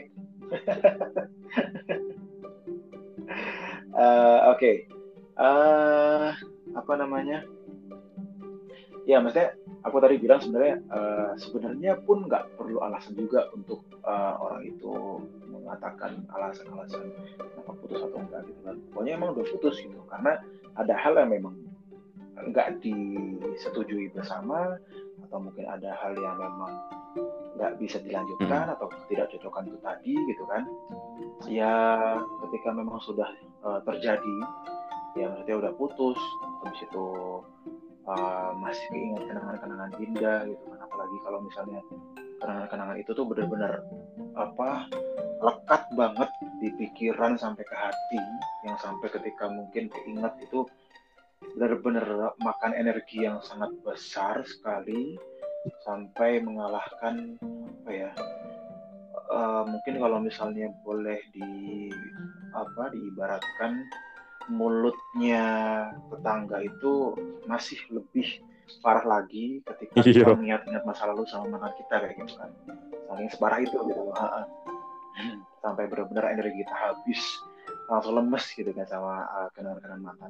Uh, Oke, okay. uh, apa namanya? Ya, maksudnya aku tadi bilang sebenarnya uh, sebenarnya pun nggak perlu alasan juga untuk uh, orang itu mengatakan alasan-alasan kenapa putus atau enggak gitu kan. Pokoknya emang udah putus gitu, karena ada hal yang memang nggak disetujui bersama, atau mungkin ada hal yang memang nggak bisa dilanjutkan, hmm. atau ketidakcocokan itu tadi gitu kan. Ya ketika memang sudah uh, terjadi, ya maksudnya udah putus, habis itu uh, masih keinget kenangan-kenangan indah gitu kan, apalagi kalau misalnya kenangan-kenangan itu tuh benar-benar apa lekat banget di pikiran sampai ke hati, yang sampai ketika mungkin keinget itu benar-benar makan energi yang sangat besar sekali, sampai mengalahkan apa ya, uh, mungkin kalau misalnya boleh di apa diibaratkan, mulutnya tetangga itu masih lebih parah lagi ketika kita ingat-ingat masa lalu sama mantan kita kayak gitu kan, saking separah itu gitu loh. Sampai benar-benar energi kita habis, langsung lemes gitu kan sama uh, kenangan-kenangan mantan.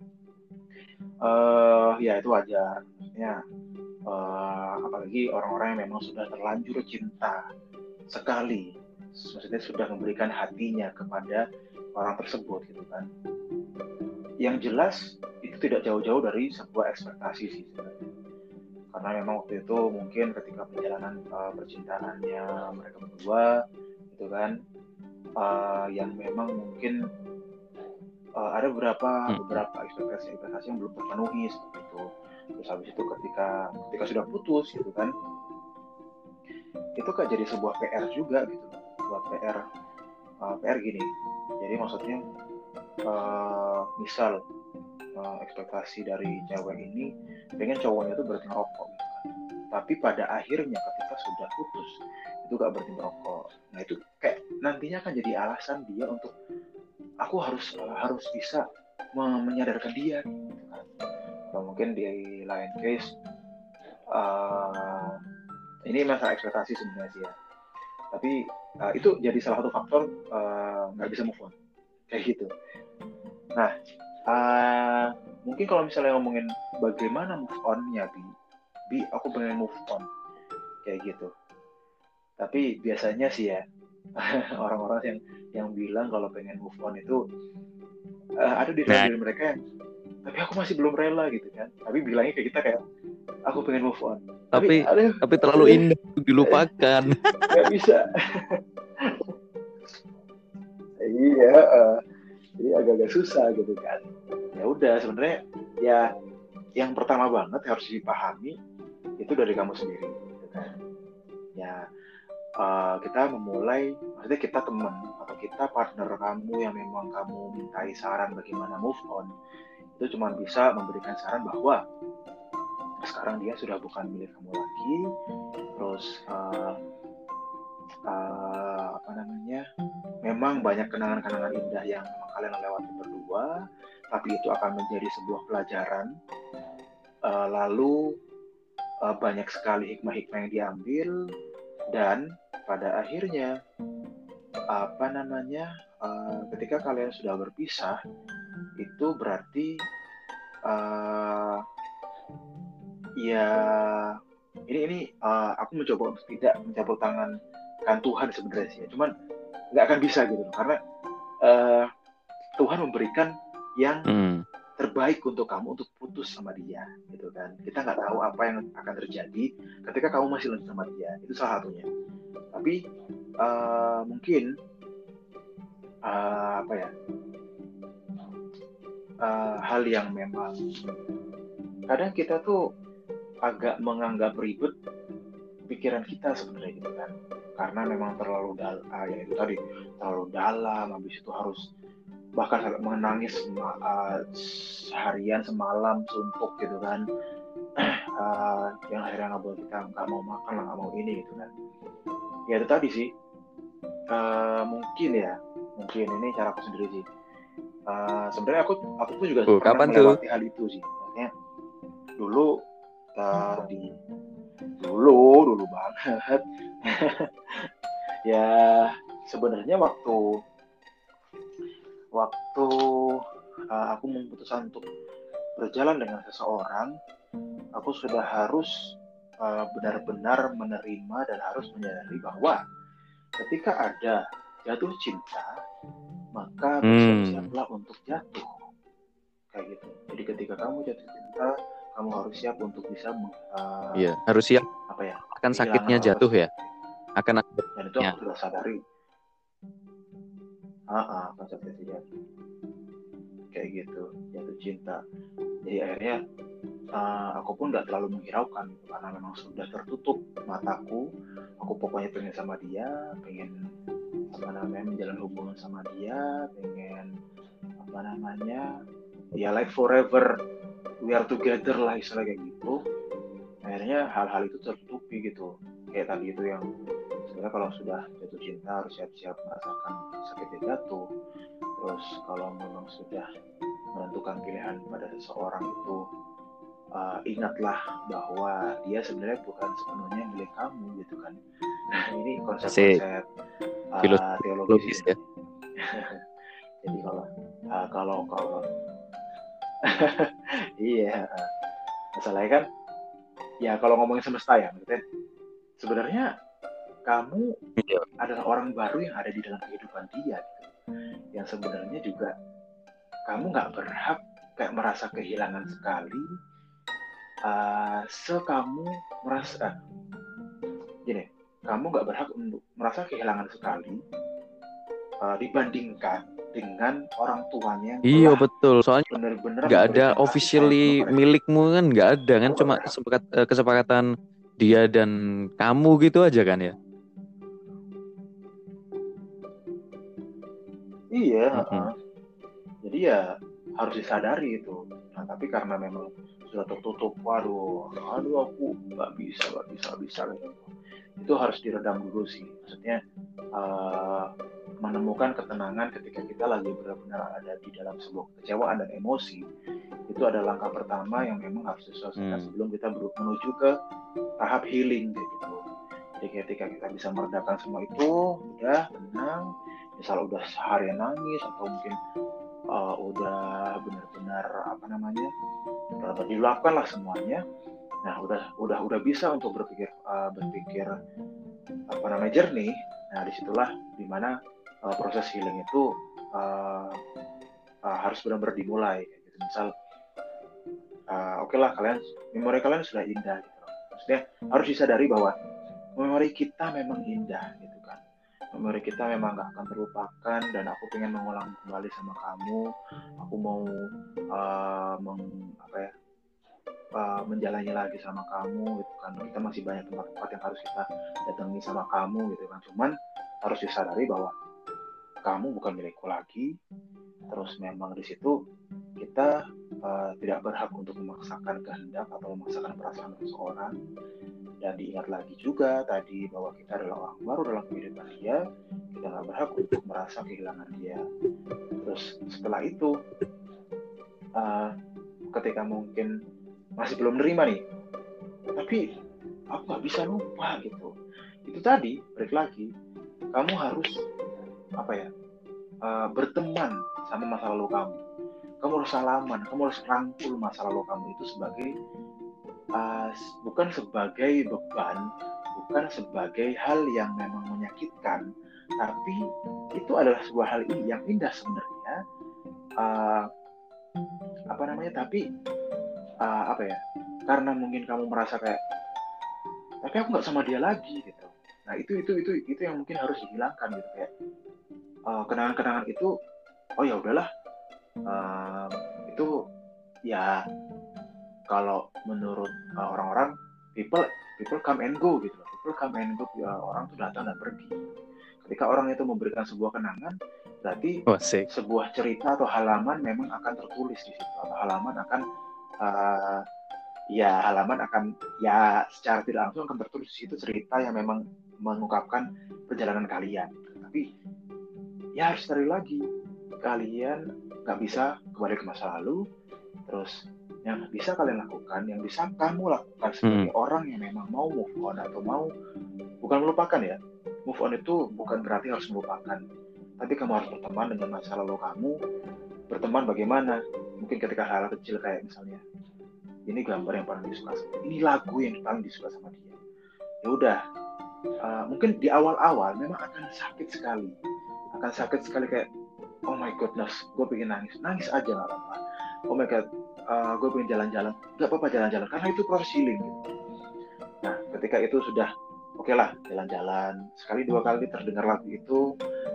Uh, ya itu wajar, maksudnya uh, apalagi orang-orang yang memang sudah terlanjur cinta sekali, maksudnya sudah memberikan hatinya kepada orang tersebut gitu kan. Yang jelas itu tidak jauh-jauh dari sebuah ekspektasi sih sebenarnya, karena memang waktu itu mungkin ketika perjalanan uh, percintaannya mereka berdua gitu kan, uh, yang memang mungkin uh, ada beberapa hmm. beberapa ekspektasi-ekspektasi yang belum terpenuhi seperti itu. Terus habis itu ketika ketika sudah putus gitu kan, itu kan jadi sebuah P R juga gitu, buat P R uh, P R gini. Jadi maksudnya uh, misal uh, ekspektasi dari cewek ini pengen cowoknya itu berhenti merokok gitu kan, tapi pada akhirnya ketika sudah putus itu gak berhenti merokok. Nah itu kayak nantinya akan jadi alasan dia untuk aku harus uh, harus bisa menyadarkan dia gitu kan. Atau mungkin di lain case uh, ini masalah ekspektasi sebenarnya sih ya, tapi uh, itu jadi salah satu faktor nggak uh, bisa move on kayak gitu. Nah uh, mungkin kalau misalnya ngomongin bagaimana move on-nya, Bi, Bi, aku pengen move on, kayak gitu. Tapi biasanya sih ya, orang-orang yang yang bilang kalau pengen move on itu uh, ada di dalam Nah, diri mereka yang, tapi aku masih belum rela gitu kan. Tapi bilangnya ke kita kayak, aku pengen move on. tapi Tapi, aduh, tapi terlalu aduh, indah untuk dilupakan. nggak bisa. Iya, uh, jadi agak-agak susah gitu kan. Ya udah, sebenarnya ya yang pertama banget harus dipahami itu dari kamu sendiri gitu kan. Ya uh, kita memulai, maksudnya kita teman atau kita partner kamu yang memang kamu mintai saran bagaimana move on, itu cuma bisa memberikan saran bahwa sekarang dia sudah bukan milik kamu lagi, terus uh, uh, apa namanya, memang banyak kenangan-kenangan indah yang memang kalian lewati berdua, tapi itu akan menjadi sebuah pelajaran. Uh, lalu uh, banyak sekali hikmah-hikmah yang diambil, dan pada akhirnya apa namanya, uh, ketika kalian sudah berpisah, itu berarti uh, ya ini ini uh, aku mencoba untuk tidak mencampur tangan kan Tuhan sebenarnya sih, cuman nggak akan bisa gitu loh, karena uh, Tuhan memberikan yang Hmm. terbaik untuk kamu untuk putus sama dia gitu kan. Kita nggak tahu apa yang akan terjadi ketika kamu masih lanjut sama dia, itu salah satunya. Tapi uh, mungkin uh, apa ya, uh, hal yang memang kadang kita tuh agak menganggap ribet pikiran kita sebenarnya gitu kan, karena memang terlalu dalam, ah, ya itu tadi terlalu dalam, habis itu harus bahkan sampai menangis sema, uh, seharian semalam suntuk gitu kan, uh, yang akhirnya nggak boleh, kita nggak mau makan lah, nggak mau ini gitu kan. Ya itu tadi sih, uh, mungkin ya mungkin ini cara aku sendiri sih. Uh, sebenarnya aku aku pun juga Oh, pernah kapan melewati tuh? hal itu sih, maksudnya dulu uh, di dulu dulu banget ya sebenarnya waktu waktu uh, aku memutuskan untuk berjalan dengan seseorang, aku sudah harus uh, benar-benar menerima dan harus menyadari bahwa ketika ada jatuh cinta, maka Hmm. bersiap-siaplah untuk jatuh, kayak gitu. Jadi ketika kamu jatuh cinta, kamu harus siap untuk bisa uh, Iya, harus siap apa ya, akan kehilangan sakitnya orang jatuh ya. tersebut. Akan Dan itu aku sudah sadari. Ah, ah, konsekuensi jatuh, kayak gitu, jatuh cinta. Jadi akhirnya uh, aku pun nggak terlalu menghiraukan gitu, karena memang sudah tertutup mataku. Aku pokoknya pengen sama dia, pengen apa namanya menjalin hubungan sama dia, pengen apa namanya ya like forever we are together lah, istilah kayak gitu. Akhirnya hal-hal itu tertutupi gitu, kayak tadi itu yang sebenarnya kalau sudah jatuh cinta harus siap-siap merasakan sakitnya jatuh. Terus kalau memang sudah menentukan pilihan pada seseorang itu, uh, ingatlah bahwa dia sebenarnya bukan sepenuhnya milik kamu gitu kan. Nah ini konsep-konsep uh, teologis ya. Jadi kalau uh, kalau kalau iya uh, masalahnya kan ya kalau ngomongin semesta ya, maksudnya sebenarnya kamu Iya. adalah orang baru yang ada di dalam kehidupan dia gitu. Yang sebenarnya juga kamu nggak berhak kayak merasa kehilangan sekali, uh, sekamu merasa gini, kamu nggak berhak untuk merasa kehilangan sekali uh, dibandingkan dengan orang tuanya yang iya telah betul, soalnya benar-benar nggak ada memberikan kasih sayang officially penuh pada kita. milikmu kan, nggak ada kan, Kamu cuma nggak berhak. sepakat, eh, kesepakatan dia dan kamu gitu aja kan ya. Iya, Mm-mm. uh, jadi ya harus disadari itu. Nah tapi karena memang sudah tertutup, waduh, aduh aku nggak bisa, nggak bisa, nggak bisa gitu. Itu harus diredam dulu sih. Maksudnya uh, menemukan ketenangan ketika kita lagi benar-benar ada di dalam sebuah kekecewaan dan emosi, itu adalah langkah pertama yang memang harus diselesaikan Hmm. sebelum kita menuju ke tahap healing kayak gitu. Jadi ketika kita bisa meredakan semua itu, udah tenang, misal udah seharian nangis atau mungkin uh, udah benar-benar apa namanya, udah dilakukan lah semuanya. Nah, udah udah udah bisa untuk berpikir uh, berpikir apa namanya jernih. Nah, disitulah dimana uh, proses healing itu uh, uh, harus benar-benar dimulai. Gitu. Misal, uh, oke okay lah kalian memori kalian sudah indah. Gitu. Maksudnya harus disadari bahwa memori kita memang indah, gitu kan. Memori kita memang gak akan terlupakan dan aku pengen mengulang kembali sama kamu. Aku mau uh, meng, apa ya, uh, menjalani lagi sama kamu, gitu kan. Kita masih banyak tempat-tempat yang harus kita datangi sama kamu, gitu kan. Cuman harus disadari bahwa kamu bukan milikku lagi. Terus memang di situ kita uh, tidak berhak untuk memaksakan kehendak atau memaksakan perasaan seseorang. Dan diingat lagi juga tadi bahwa kita adalah orang baru dalam kehidupan dia, kita nggak berhak untuk merasa kehilangan dia. Terus setelah itu, uh, ketika mungkin masih belum nerima nih, tapi aku nggak bisa lupa gitu. Itu tadi, balik lagi, kamu harus apa ya, uh, berteman sama masa lalu kamu. Kamu harus salaman, kamu harus rangkul masa lalu kamu itu sebagai Uh, bukan sebagai beban, bukan sebagai hal yang memang menyakitkan, tapi itu adalah sebuah hal ini yang indah sebenarnya. Uh, apa namanya? Tapi uh, apa ya? Karena mungkin kamu merasa kayak, tapi aku nggak sama dia lagi gitu. Nah itu itu itu itu yang mungkin harus dihilangkan gitu kayak uh, kenangan-kenangan itu. Oh ya udahlah, uh, itu ya. Kalau menurut uh, orang-orang, people people come and go gitu loh. People come and go, ya, orang tuh datang dan pergi. Ketika orang itu memberikan sebuah kenangan, berarti oh, sebuah cerita atau halaman memang akan tertulis di situ. Atau halaman akan, uh, ya halaman akan, ya secara tidak langsung akan tertulis di situ cerita yang memang mengungkapkan perjalanan kalian. Tapi, ya harus cari lagi. Kalian nggak bisa kembali ke masa lalu, terus yang bisa kalian lakukan, yang bisa kamu lakukan sebagai hmm. orang yang memang mau move on atau mau, bukan melupakan ya, move on itu bukan berarti harus melupakan, tapi kamu harus berteman dengan masa lalu kamu. Berteman bagaimana? Mungkin ketika hal kecil kayak misalnya, ini gambar yang paling disuka sama dia, ini lagu yang paling disuka sama dia. Ya udah, uh, mungkin di awal-awal memang akan sakit sekali, akan sakit sekali kayak, oh my goodness, gue pengen nangis, nangis aja nggak apa-apa. Oh my god, uh, gue pengen jalan-jalan, nggak apa-apa jalan-jalan, karena itu proses healing gitu. Nah, ketika itu sudah oke okay lah, jalan-jalan, sekali dua kali terdengar lagu itu,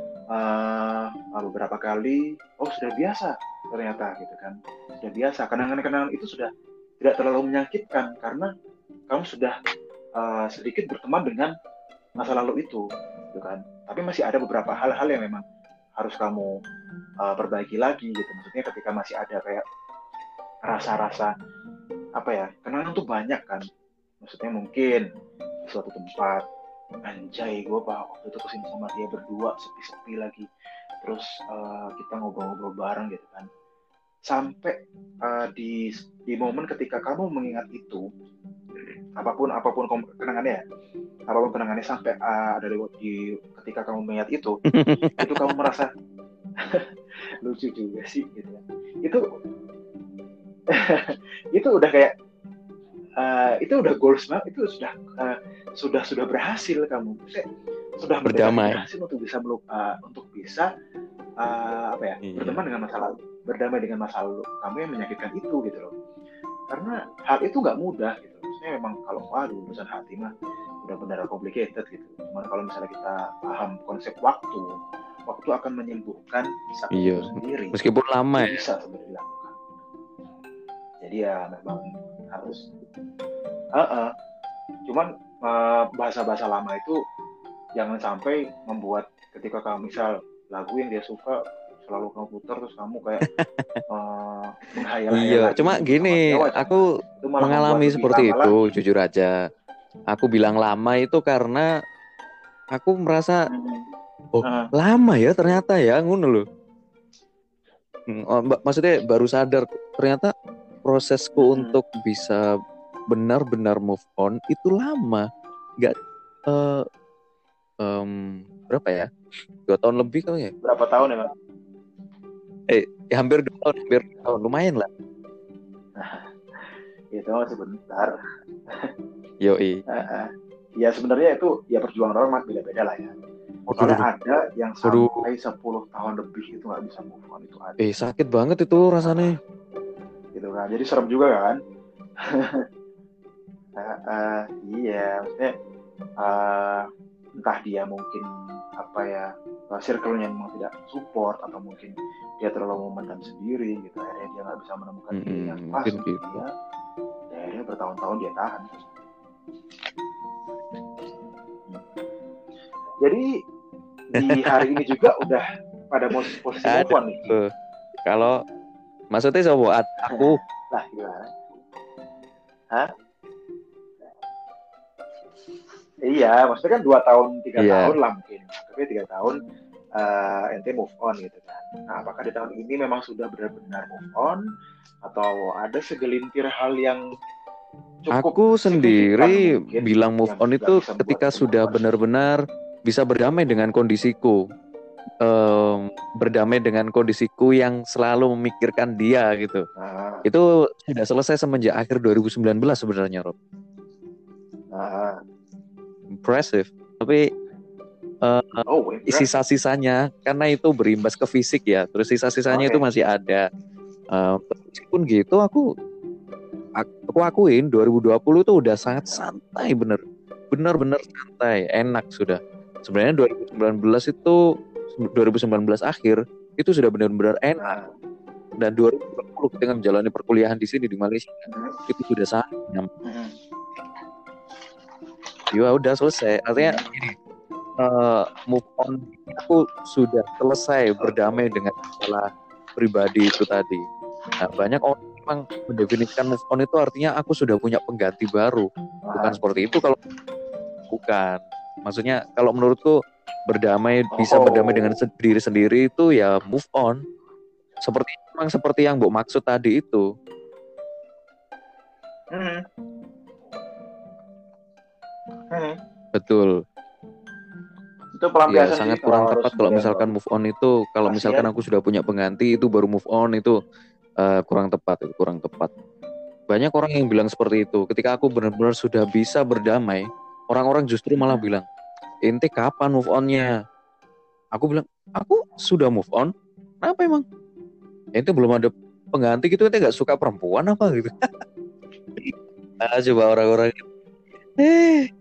uh, beberapa kali, oh sudah biasa ternyata gitu kan, sudah biasa. Kenangan-kenangan itu sudah tidak terlalu menyakitkan karena kamu sudah uh, sedikit berteman dengan masa lalu itu, gitu kan. Tapi masih ada beberapa hal-hal yang memang harus kamu uh, perbaiki lagi gitu. Maksudnya ketika masih ada kayak rasa-rasa apa ya, kenangan tuh banyak kan. Maksudnya mungkin suatu tempat, anjay gue pak waktu itu kesini sama dia berdua sepi-sepi lagi, terus uh, kita ngobrol-ngobrol bareng gitu kan. Sampai uh, di di momen ketika kamu mengingat itu, apapun apapun kenangannya, apapun kenangannya sampai uh, ada di, di ketika kamu mengingat itu, itu kamu merasa lucu juga sih gitu kan. Itu itu udah kayak uh, itu udah goals banget, itu sudah uh, sudah sudah berhasil kamu, Maksudnya, sudah berdamai berhasil untuk bisa melupa, untuk bisa uh, apa ya iya. berteman dengan masa lalu, berdamai dengan masa lalu kamu yang menyakitkan itu gitu loh. Karena hal itu nggak mudah gitu. Maksudnya memang kalau waduh urusan hati mah benar-benar complicated gitu. Cuman kalau misalnya kita paham konsep waktu, waktu akan menyembuhkan sakit iya. itu sendiri. Meskipun lama ya. Bisa sebenarnya dilakukan. Jadi ya memang harus. Uh-uh. Cuman uh, bahasa-bahasa lama itu jangan sampai membuat ketika kamu misal lagu yang dia suka selalu kamu putar terus kamu kayak uh, menghayal-hayal. Iya, cuma gini, Jawa, aku mengalami seperti itu, malah. Jujur aja. Aku bilang lama itu karena aku merasa hmm. oh uh. lama ya ternyata ya, ngono loh. Oh, maksudnya baru sadar ternyata prosesku hmm. untuk bisa benar-benar move on itu lama, nggak uh, um, berapa ya? Dua tahun lebih kali ya? Berapa tahun ya, Bang? eh hampir dua tahun, hampir dua tahun lumayan lah. Itu masih bentar. Yoi. Uh, uh. Ya sebenarnya itu ya perjuangan orang beda-beda lah ya. Waduh, Soalnya waduh. ada yang Waduh. sampai sepuluh tahun lebih itu nggak bisa move on, itu ada. Eh sakit banget itu rasanya. Gitu kan, jadi serem juga kan. uh, uh, iya maksudnya uh, entah dia mungkin apa ya, circle-nya memang tidak support, atau mungkin dia terlalu memendam sendiri gitu, akhirnya dia nggak bisa menemukan Mm-mm, diri yang pas mungkin untuk gitu. dia, akhirnya bertahun-tahun dia tahan. Jadi di hari ini juga udah pada posisi move on nih. Uh, kalau maksudnya coba aku lah gimana? Hah? Iya, maksudnya kan dua tahun, tiga Iya. tahun lah mungkin. Tapi tiga tahun uh, ente move on gitu kan. Nah, apakah di tahun ini memang sudah benar-benar move on, atau ada segelintir hal yang cukup aku sendiri mungkin bilang move on itu ketika sudah benar-benar bisa berdamai dengan kondisiku, um, berdamai dengan kondisiku yang selalu memikirkan dia gitu. Ah. Itu sudah selesai semenjak akhir dua ribu sembilan belas sebenarnya, Rob. Ah. Impressive. Tapi uh, oh, sisa-sisanya karena itu berimbas ke fisik ya, terus sisa-sisanya okay. itu masih ada. Uh, meskipun gitu aku aku akuin dua ribu dua puluh itu udah sangat santai, bener bener-bener santai, enak sudah. Sebenarnya dua ribu sembilan belas itu dua ribu sembilan belas akhir itu sudah benar-benar enak. Dan dua ribu dua puluh ketika menjalani perkuliahan di sini di Malaysia hmm. itu sudah sangat nyaman. Hmm. Ya udah selesai. Artinya gini, uh, move on aku sudah selesai berdamai dengan masalah pribadi itu tadi. Nah, banyak orang memang mendefinisikan move on itu artinya aku sudah punya pengganti baru. Bukan seperti itu kalau bukan. Maksudnya kalau menurutku berdamai bisa oh. berdamai dengan diri sendiri itu ya move on. Seperti memang seperti yang Mbok maksud tadi itu. Hmm. Hmm. Betul. Itu pelampiasan ya, sangat kurang tepat kalau misalkan move on itu kalau misalkan aku sudah punya pengganti itu baru move on itu uh, kurang tepat itu kurang tepat. Banyak orang yang bilang seperti itu. Ketika aku benar-benar sudah bisa berdamai, orang-orang justru malah hmm. bilang, "Ente kapan move on-nya?" Aku bilang, "Aku sudah move on." Kenapa emang? Ente belum ada pengganti gitu, ente nggak suka perempuan apa gitu? Nah, coba orang-orang eh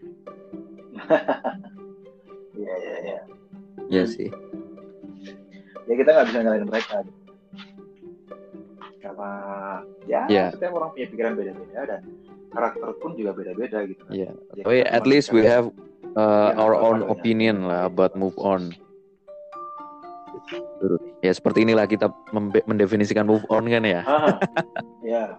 Iya, iya, iya. Iya sih. Ya kita nggak bisa nyalain mereka. Karena ya yeah. setiap orang punya pikiran beda-beda dan karakter pun juga beda-beda gitu. Iya. Yeah. Tapi at least we have uh, our own opinion lah about move on. Ya seperti inilah kita membe- mendefinisikan move on kan ya. Ah, ya.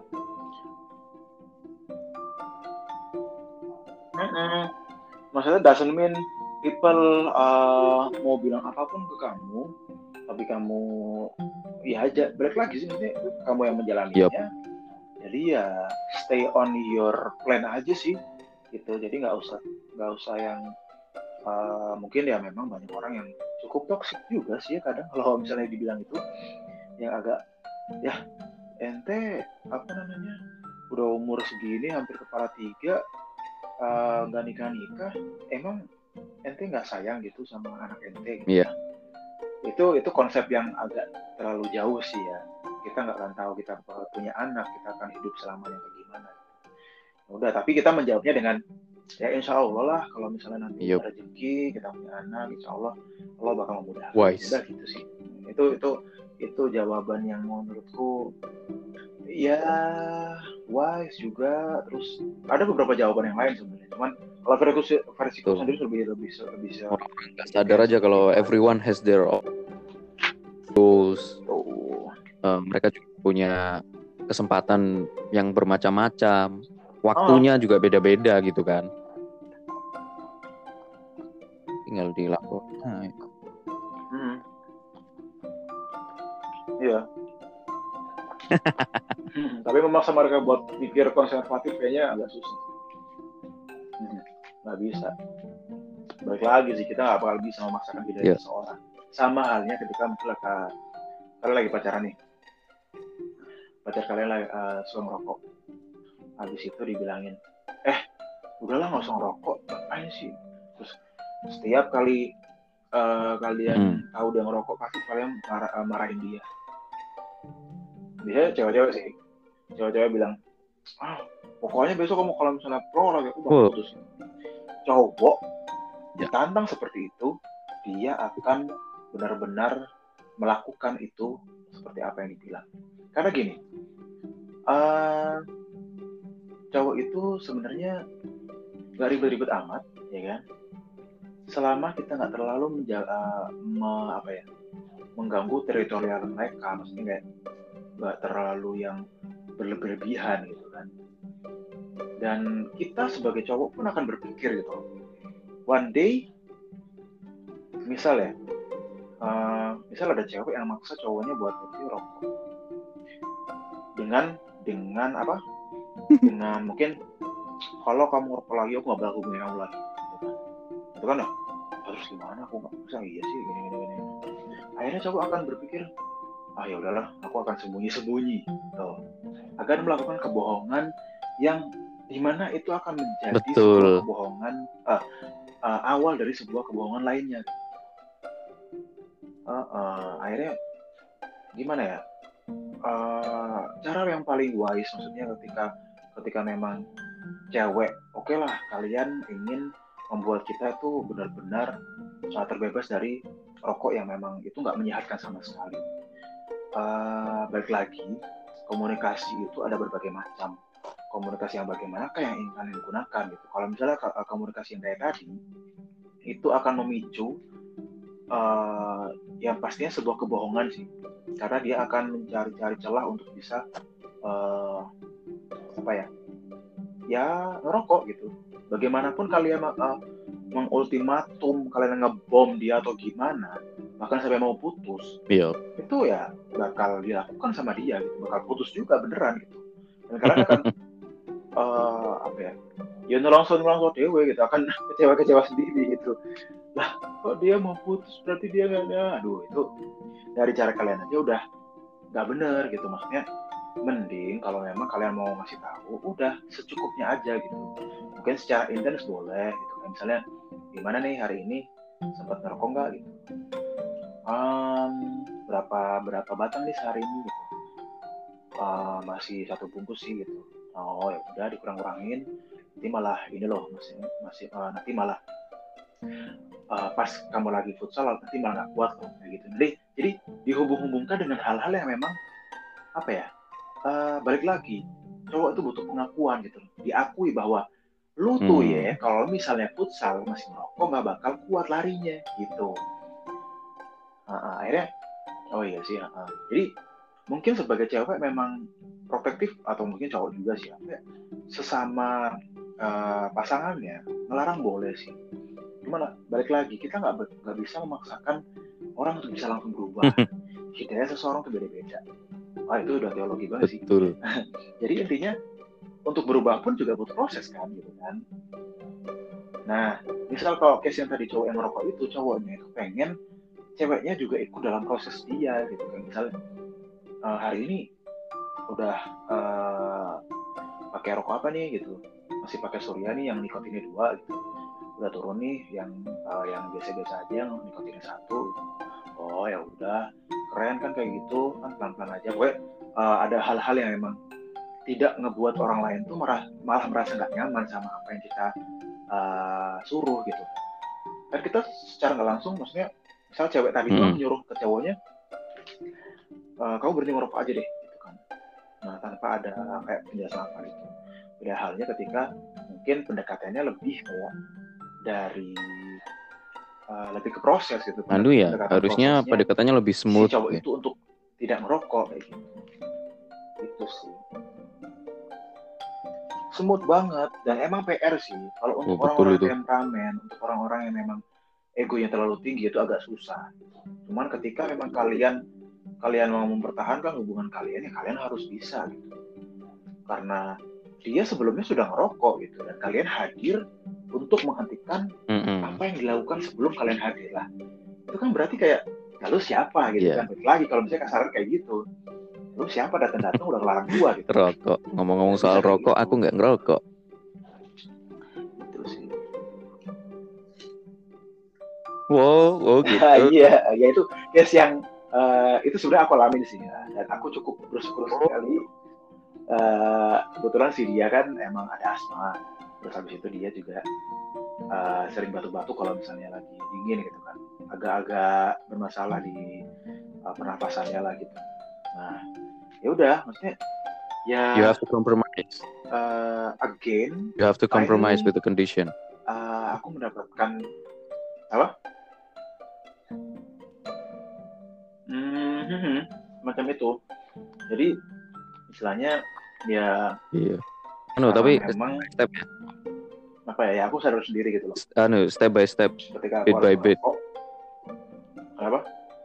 Maksudnya doesn't mean people uh, mau bilang apapun ke kamu, tapi kamu ya aja balik lagi sih, maksudnya kamu yang menjalaninya. Yep. Jadi ya stay on your plan aja sih, gitu. Jadi nggak usah nggak usah yang uh, mungkin ya memang banyak orang yang cukup toksik juga sih ya kadang kalau misalnya dibilang itu yang agak ya ente apa namanya udah umur segini hampir kepala tiga nggak uh, nikah nikah emang ente nggak sayang gitu sama anak ente gitu. Yeah. Itu itu konsep yang agak terlalu jauh sih ya. Kita nggak akan tahu kita punya anak, kita akan hidup selamanya bagaimana. Udah, tapi kita menjawabnya dengan ya insya Allah lah kalau misalnya nanti yep. ada rezeki kita punya anak, insya Allah Allah bakal memudahkan. Udah gitu sih. Itu itu itu jawaban yang menurutku ya wise juga. Terus ada beberapa jawaban yang lain sebenarnya. Cuman kalau versiku versiku sendiri lebih lebih lebih bisa orang nggak sadar aja kalau everyone has their own goals. Oh. Uh, mereka juga punya kesempatan yang bermacam-macam. Waktunya oh. juga beda-beda gitu kan. Tinggal dilakukan. Nah, hmm. Iya. hmm, tapi memaksa mereka buat pikir konservatif kayaknya agak susah. Hmm, nggak bisa. Balik lagi sih kita nggak bakal bisa memaksakan diri yeah. seseorang. Sama halnya ketika misalnya kalian lagi pacaran nih, pacar kalian lagi uh, suka ngerokok, habis itu dibilangin, eh udahlah nggak usah ngerokok, ngapain sih? Terus setiap kali uh, kalian Hmm. tahu dia ngerokok, pasti kalian marah, uh, marahin dia. Biasanya cewek-cewek sih, cewek-cewek bilang, ah pokoknya besok kamu kalau misalnya pro lagi aku bakal Oh. putus. Cowok Ya. ditantang seperti itu, dia akan benar-benar melakukan itu seperti apa yang dibilang. Karena gini, uh, cowok itu sebenarnya gak ribet-ribet amat, ya kan? Selama kita nggak terlalu menjaga, uh, me, apa ya, mengganggu teritorial mereka, maksudnya nggak nggak terlalu yang berlebihan gitu kan. Dan kita sebagai cowok pun akan berpikir gitu, one day, misal ya, uh, misal ada cewek yang maksa cowoknya buat berhenti rokok, dengan dengan apa? Dengan mungkin kalau kamu rokok lagi aku nggak bakal hubungin kamu lagi, gitu kan? Itu kan ya, harus gimana? Aku nggak bisa, iya sih, gini gini gini. Akhirnya cowok akan berpikir, ah ya udahlah, aku akan sembunyi-sembunyi, tuh, agar melakukan kebohongan yang dimana itu akan menjadi Betul. sebuah kebohongan, uh, uh, awal dari sebuah kebohongan lainnya. Uh, uh, akhirnya gimana ya? Uh, cara yang paling wise, maksudnya ketika ketika memang cewek, oke okay lah, kalian ingin membuat kita itu benar-benar uh, terbebas dari rokok yang memang itu nggak menyehatkan sama sekali. Uh, balik lagi, komunikasi itu ada berbagai macam. Komunikasi yang bagaimanakah yang ingin kalian gunakan gitu. Kalau misalnya komunikasi yang kayak tadi, itu akan memicu uh, yang pastinya sebuah kebohongan sih, karena dia akan mencari-cari celah untuk bisa uh, apa ya, ya ngerokok gitu. Bagaimanapun kalian uh, mengultimatum, kalian ngebom dia atau gimana, bahkan sampai mau putus, Iya. itu ya bakal dilakukan sama dia gitu, bakal putus juga beneran gitu. Dan kalian akan uh, apa ya, ya nelongso nelongso dewe gitu, akan kecewa-kecewa sendiri gitu. Lah kok dia mau putus, berarti dia nggak ada. Aduh, itu dari cara kalian aja udah nggak bener gitu. Maksudnya mending kalau memang kalian mau ngasih tahu, udah secukupnya aja gitu. Mungkin secara intens boleh gitu kan, misalnya gimana nih hari ini sempat ngerokok nggak gitu, um, berapa berapa batang nih sehari ini gitu, uh, masih satu bungkus sih gitu. Oh ya udah, dikurang-kurangin, nanti malah ini loh, masih masih uh, nanti malah uh, pas kamu lagi futsal nanti malah nggak kuat loh, kayak gitu. Jadi jadi dihubung-hubungkan dengan hal-hal yang memang apa ya, uh, balik lagi, cowok itu butuh pengakuan gitu, diakui bahwa lu tuh hmm. ya kalau misalnya futsal masih merokok nggak bakal kuat larinya gitu. Uh, akhirnya oh iya sih, uh, jadi mungkin sebagai cewek memang protektif, atau mungkin cowok juga sih, ya, sesama uh, pasangannya ngelarang boleh sih. Cuman balik lagi, kita nggak nggak bisa memaksakan orang untuk bisa langsung berubah. Hidayah seseorang tuh beda-beda. Ah itu udah teologi banget sih. Betul. Jadi intinya untuk berubah pun juga butuh proses kan, gitu kan. Nah, misal kalau case yang tadi cowok yang ngerokok itu, cowoknya itu pengen ceweknya juga ikut dalam proses dia gitu kan. Misalnya uh, hari ini udah uh, pakai rokok apa nih gitu, masih pakai Surya nih yang nikotinnya dua gitu, udah turun nih yang uh, yang biasa-biasa aja yang nikotinnya satu gitu. Oh ya udah, keren kan kayak gitu kan, pelan-pelan aja. Gue uh, ada hal-hal yang emang tidak ngebuat orang lain tuh malah malah merasa nggak nyaman sama apa yang kita uh, suruh gitu. Dan kita secara nggak langsung, maksudnya misal cewek tadi tuh hmm. menyuruh ke cowoknya, uh, kamu berhenti ngerokok aja deh gitu kan. Nah tanpa ada kayak penjelasan apa gitu. Beda halnya ketika mungkin pendekatannya lebih kayak dari uh, lebih ke proses gitu. Mandu ya, harusnya pendekatannya lebih smooth. Si cowok ya. itu untuk tidak merokok kayak gitu. Itu sih. Smooth banget, dan emang P R sih kalau untuk oh, orang-orang temperamen, untuk orang-orang yang memang egonya terlalu tinggi itu agak susah. Cuman ketika memang kalian kalian mau mempertahankan hubungan kalian, ya kalian harus bisa gitu. Karena dia sebelumnya sudah ngerokok gitu, dan kalian hadir untuk menghentikan mm-hmm. apa yang dilakukan sebelum kalian hadir lah. Itu kan berarti kayak nah lu siapa gitu Iya. kan. Balik lagi kalau misalnya kasaran kayak gitu, lu siapa datang-datang udah ngelarang gua gitu. Rokok. Ngomong-ngomong Nggak bisa soal kayak rokok, gitu. aku nggak ngerokok. Gitu sih. Wow, wow gitu. Iya, ya itu case yang uh, itu sebenarnya aku alamin sih ya. Dan aku cukup bersyukur sekali. Uh, kebetulan sih dia kan emang ada asma. Terus habis itu dia juga uh, sering batuk-batuk kalau misalnya lagi dingin gitu kan. Agak-agak bermasalah di uh, pernafasannya lah gitu. Nah, ya udah, maksudnya ya. You have to compromise. Uh, again. You have to compromise finally, with the condition. Uh, aku mendapatkan apa? Hmm, macam itu. Jadi istilahnya ya. Iya. Anu tapi memang stepnya. Apa ya? Ya aku sadar sendiri gitu loh. Anu step by step. Ketika bit by bit. Oh, apa?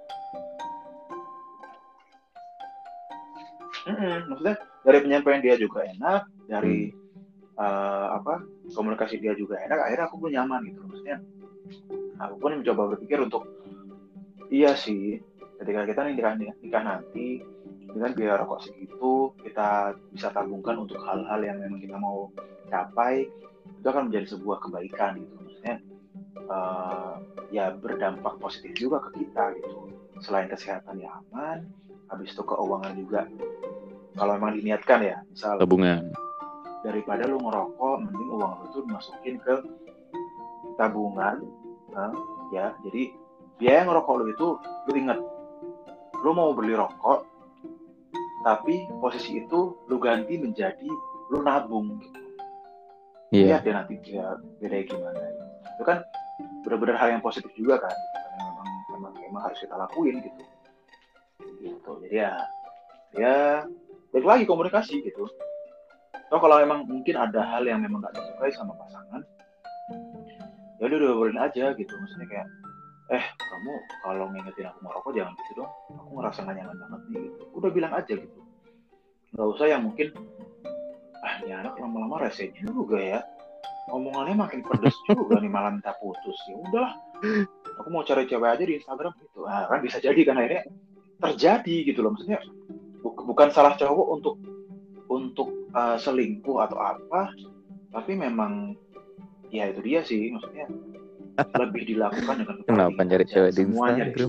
Mm-mm, maksudnya dari penyampaian dia juga enak, dari hmm. uh, apa komunikasi dia juga enak. Akhirnya aku pun nyaman gitu. Maksudnya aku pun mencoba berpikir untuk iya sih. Ketika kita nikah, nikah nanti dengan biaya rokok segitu, kita bisa tabungkan untuk hal-hal yang memang kita mau capai, itu akan menjadi sebuah kebaikan gitu. Maksudnya uh, ya berdampak positif juga ke kita gitu. Selain kesehatan yang aman, habis itu keuangan juga. Kalau memang diniatkan ya, misal tabungan. Daripada lu ngerokok, mending uang lu itu dimasukin ke tabungan, nah, ya. Jadi biaya ngerokok lu itu, lu ingat. Lu mau beli rokok, tapi posisi itu lu ganti menjadi lu nabung gitu. Iya. Lihat ya nanti ya bedanya gimana. Itu kan benar-benar hal yang positif juga kan. Yang memang, memang, memang harus kita lakuin gitu. Gitu. Jadi ya, ya balik lagi komunikasi gitu. So kalau memang mungkin ada hal yang memang nggak disukai sama pasangan, ya udah diobrolin aja gitu. Maksudnya kayak eh kamu kalau ngingetin aku ngerokok jangan gitu dong, aku ngerasa gak nyaman banget nih gitu. Udah bilang aja gitu, nggak usah yang mungkin ah ini anak lama-lama rese juga ya, ngomongannya makin pedes juga nih malah minta putus. Ya udahlah, aku mau cari cewek aja di Instagram gitu. Nah, kan bisa jadi kan akhirnya terjadi gitu loh. Maksudnya bu- bukan salah cowok untuk untuk uh, selingkuh atau apa, tapi memang ya itu dia sih, maksudnya lebih dilakukan dengan kenapa nyari cewek di Instagram?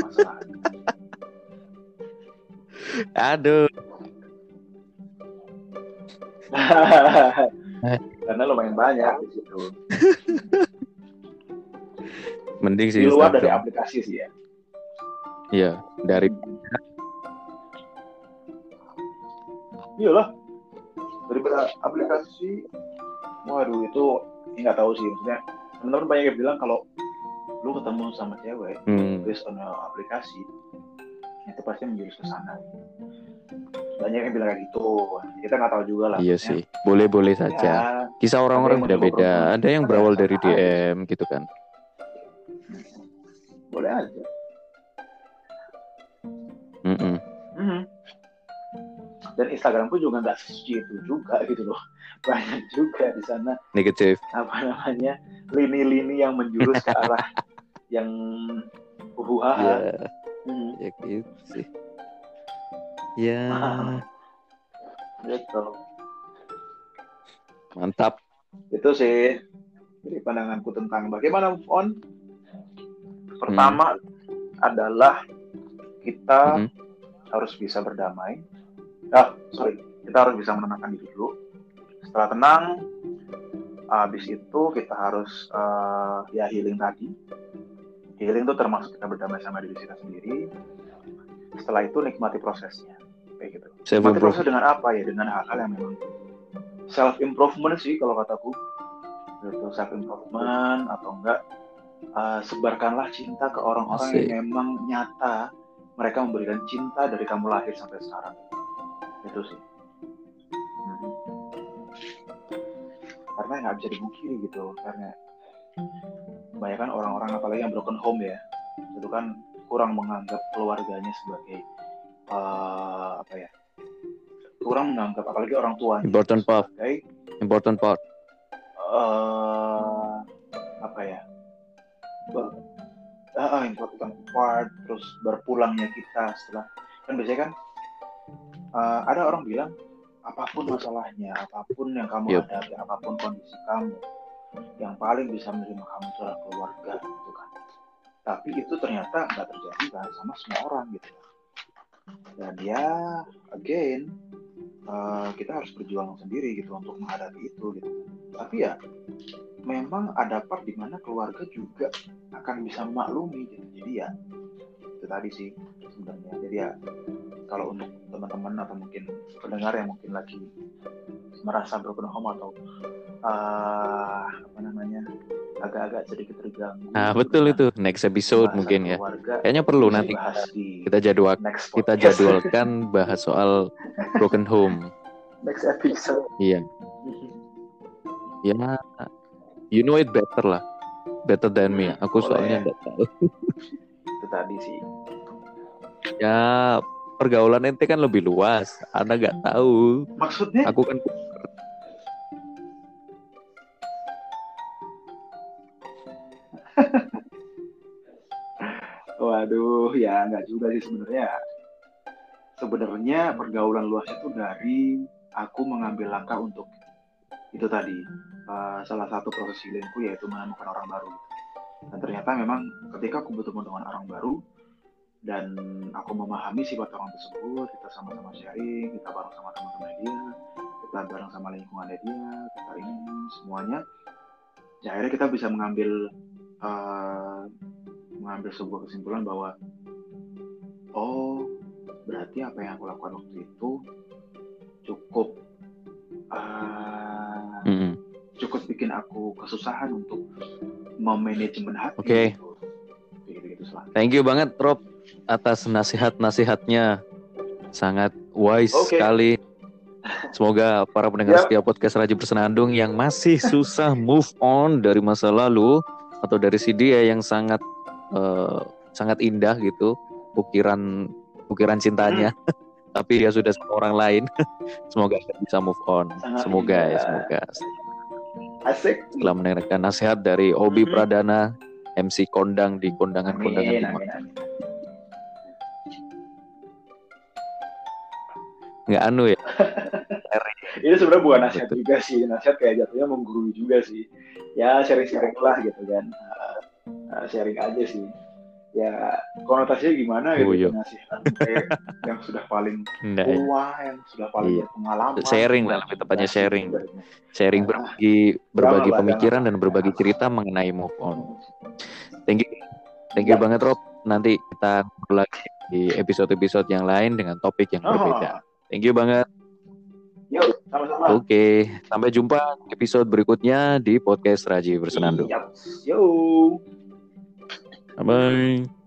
Aduh. Karena lumayan banyak di situ. Mending sih di luar Instagram. Dari aplikasi sih ya. Iya, dari Iyalah. Dari aplikasi. Waduh, itu nggak tahu sih, maksudnya teman-teman banyak yang bilang kalau lu ketemu sama cewek hmm. based on aplikasi itu pasti menjurus ke sana. Banyak yang bilang kayak gitu, kita nggak tahu juga lah. Iya maksudnya. Sih, boleh-boleh saja. Ya, kisah orang-orang beda-beda. Ada yang berawal dari D M gitu kan. Boleh aja. Mm-mm. Mm-hmm. Dan Instagram pun juga nggak sesuci itu juga gitu loh. Banyak juga di sana negatif apa namanya lini-lini yang menjurus ke arah yang uhuha. Ya, hmm. ya gitu sih. Ya. Gitu. Mantap. Itu sih dari pandanganku tentang bagaimana move on. Pertama hmm. adalah kita hmm. harus bisa berdamai. Ah, sorry, kita harus bisa menenangkan diri dulu. Setelah tenang, habis itu kita harus uh, ya healing tadi. Healing itu termasuk kita berdamai sama diri kita sendiri. Setelah itu nikmati prosesnya, kayak gitu. Nikmati proses dengan apa ya? Dengan hal-hal yang memang self improvement sih kalau kataku. Gitu, self improvement atau enggak uh, sebarkanlah cinta ke orang-orang Asik. Yang memang nyata mereka memberikan cinta dari kamu lahir sampai sekarang. Itu sih. Hmm. Karena nggak bisa dipungkiri gitu, karena kebanyakan orang-orang apalagi yang broken home ya, itu kan kurang menganggap keluarganya sebagai uh, apa ya, kurang menganggap apalagi orang tuanya important part, sebagai, important part, uh, apa ya, ah, important part, terus berpulangnya kita setelah, kan biasanya kan uh, ada orang bilang apapun masalahnya, apapun yang kamu Yup. hadapi, apapun kondisi kamu, yang paling bisa menerima kamu itu adalah keluarga gitu kan. Tapi itu ternyata nggak terjadi kan sama semua orang gitu. Dan ya again uh, kita harus berjuang sendiri gitu untuk menghadapi itu gitu. Tapi ya memang ada part di mana keluarga juga akan bisa memaklumi gitu. Jadi ya itu tadi sih sebenarnya. Jadi ya kalau untuk teman-teman atau mungkin pendengar yang mungkin lagi merasa broken home atau uh, apa namanya agak-agak sedikit terganggu. Nah, betul itu. Next episode mungkin ya. Kayaknya perlu nanti kita jadwal kita jadwalkan bahas soal broken home. Next episode. Iya. Ya, you know it better lah. Better than me. Aku soalnya enggak tahu. Itu tadi sih. Ya, pergaulan ente kan lebih luas. Anda enggak tahu. Maksudnya? Aku kan Waduh, ya nggak juga sih sebenarnya. Sebenarnya pergaulan luas itu dari aku mengambil langkah untuk itu tadi uh, salah satu proses healingku yaitu menemukan orang baru. Dan ternyata memang ketika aku bertemu dengan orang baru dan aku memahami sifat orang tersebut, kita sama-sama sharing, kita bareng sama teman-teman dia, kita bareng sama lingkungannya dia, kita ini semuanya. Ya, akhirnya kita bisa mengambil uh, mengambil sebuah kesimpulan bahwa oh berarti apa yang aku lakukan waktu itu cukup uh, mm-hmm. cukup bikin aku kesusahan untuk memanajemen hati. Oke. Okay. Gitu. Gitu, Thank you banget Rob atas nasihat-nasihatnya, sangat wise okay. sekali. Semoga para pendengar yep. setia podcast Raja Bersenandung yang masih susah move on dari masa lalu atau dari si dia yang sangat Uh, sangat indah gitu ukiran ukiran cintanya hmm. tapi dia sudah sama orang lain. Semoga bisa move on. Sangat semoga indah. ya semoga asik setelah mendengarkan nasihat dari Obi hmm. Pradana, M C kondang di kondangan-kondangan amin, amin, amin. nggak anu ya. Ini sebenarnya bukan nasihat betul. juga sih, nasihat kayak jatuhnya menggurui juga sih ya, sharing-sharing lah gitu kan. Nah, sharing aja sih ya, konotasinya gimana gitu. Oh, nasihat yang sudah paling tua, yang sudah paling iya. berpengalaman, sharing lah lebih tepatnya sharing sebenarnya. sharing nah, berbagi berbagi jangan pemikiran jangan. dan berbagi cerita mengenai move on. Thank you thank you ya. banget Rob, nanti kita lagi di episode-episode yang lain dengan topik yang oh. berbeda. Thank you banget. Yuk, sama-sama. Oke, okay. Sampai jumpa episode berikutnya di podcast Raji Bersenandung. Yuk. Yo. Bye.